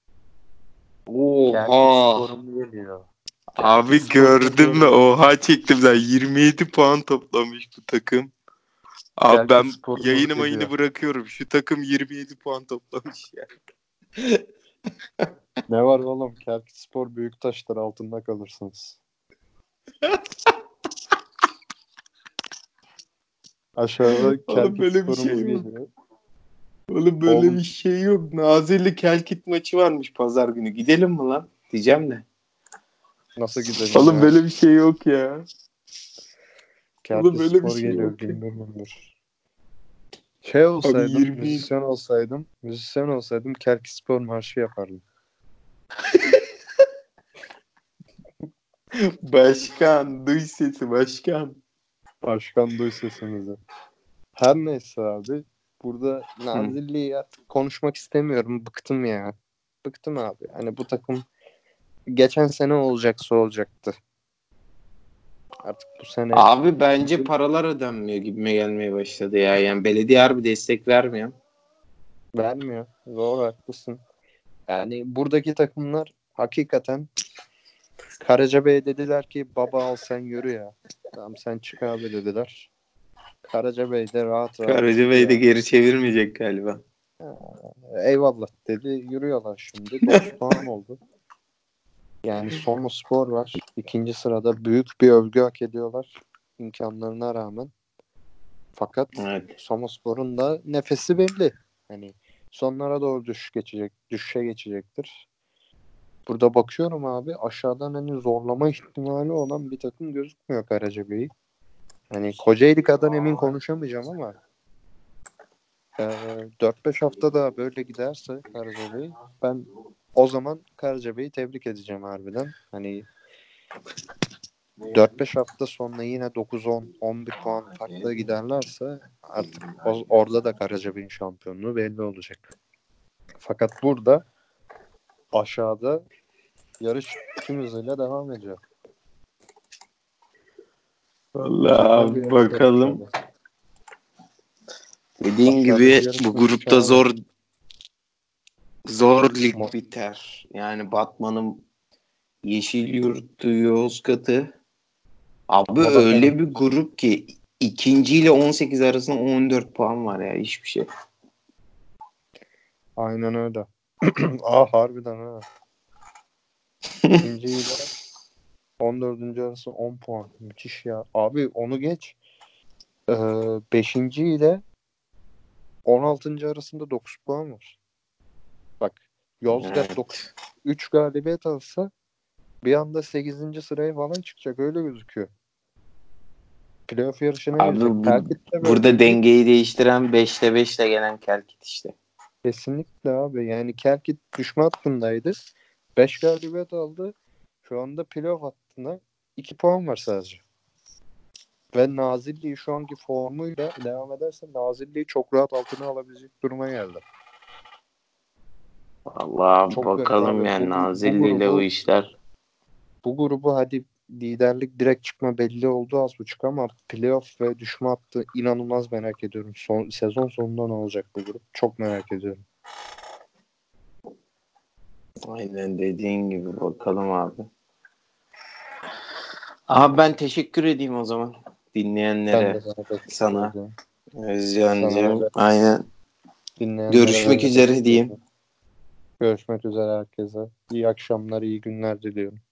oha Kerkükspor'um geliyor. abi Kerkükspor'u da gördün mü? görüyorum. Oha çektim ben 27 puan toplamış bu takım. Abi ben Kerkükspor'umuz yayını mayını geliyor. bırakıyorum. Şu takım 27 puan toplamış ya. Ne var oğlum? Kerkükspor büyük taşlar altında kalırsınız. Aşağıda Oğlum böyle bir şey Kerkükspor'umuz yok. geliyor. Oğlum böyle Oğlum bir şey yok. Nazilli Kelkit maçı varmış pazar günü. Gidelim mi lan? Diyeceğim de. nasıl gidelim Oğlum ya? böyle bir şey yok ya. Oğlum böyle bir Kerkükspor şey geliyor yok ya. gümbür gümbür. Şey Abi olsaydım, 20 müzisyen olsaydım Kerkükspor marşı yapardım. Başkan duy sesi başkan. Başkan duy sesimizi. Her neyse abi. Burada Nazilli'yi artık konuşmak istemiyorum. Bıktım ya. Bıktım abi. Hani bu takım geçen sene olacaksa olacaktı. Artık bu sene Abi bence paralar ödenmiyor gibime gelmeye başladı ya. Yani belediye harbi destek vermiyor. vermiyor. Doğru, haklısın. Yani buradaki takımlar hakikaten Karacabey'e dediler ki baba al sen yürü ya. Tamam sen çık abi dediler. Karacabey de rahat rahat yürü Karacabey de ya. geri çevirmeyecek galiba. Eyvallah dedi. Yürüyorlar şimdi. 9 puan oldu. Yani Sonluspor var. İkinci sırada büyük bir övgü hak ediyorlar. İmkanlarına rağmen. Fakat Evet. Sonluspor'un da nefesi belli. Hani sonlara doğru düşüşe geçecektir. Burada bakıyorum abi aşağıdan hani zorlama ihtimali olan bir takım gözükmüyor Karacabey'i. Hani Kocaeli kadar emin konuşamayacağım ama 4-5 hafta daha böyle giderse Karacabey, ben o zaman Karacabey'i tebrik edeceğim harbiden. Hani 4-5 hafta sonra yine 9-10, 11 puan farklı giderlerse artık orada da Karacabey'in şampiyonluğu belli olacak. Fakat burada aşağıda yarış tüm hızıyla devam ediyor. Güzel bir Vallahi yarış bakalım. abi. Dediğin Aşağıda gibi bir yarış bu müthiş grupta abi. zor lig biter. Yani Batman'ın Yeşilyurt'u, Yozgat'ı. Abi Moda Fener. öyle bir grup ki ikinci ile 18 arasında 14 puan var ya hiçbir şey. Aynen öyle. Harbiden ha. İkinci ile 14. arası 10 puan. Müthiş ya. Abi onu geç. 5. ile 16. arasında 9 puan var. Bak Yozgat Evet. 3 galibiyet alsa bir anda 8. sıraya falan çıkacak. Öyle gözüküyor. Playoff yarışına Abi girecek. Kelkit de burada böyleydi. dengeyi değiştiren 5'te 5'le gelen Kelkit işte. Kesinlikle abi. Yani Kelkit düşme hattındaydı. 5 galibiyet aldı. Şu anda playoff hattına 2 puan var sadece. Ve Nazilli şu anki formuyla devam ederse Nazilli'yi çok rahat altına alabilecek duruma geldi. Allah Çok garip bakalım abi. yani Nazilli ile o işler. Bu grubu hadi liderlik direkt çıkma belli oldu az buçuk ama playoff ve düşme hattı inanılmaz merak ediyorum. Sezon sonunda ne olacak bu grup? Çok merak ediyorum. Aynen dediğin gibi bakalım abi. Abi ben teşekkür edeyim o zaman Ben dinleyenlere, de sana teşekkür sana, ediyorum. Sana Özcan'cığım. ve Aynen. dinleyenlere ben Görüşmek de üzere teşekkür diyeyim. ediyorum. Görüşmek üzere herkese. İyi akşamlar, iyi günler diliyorum.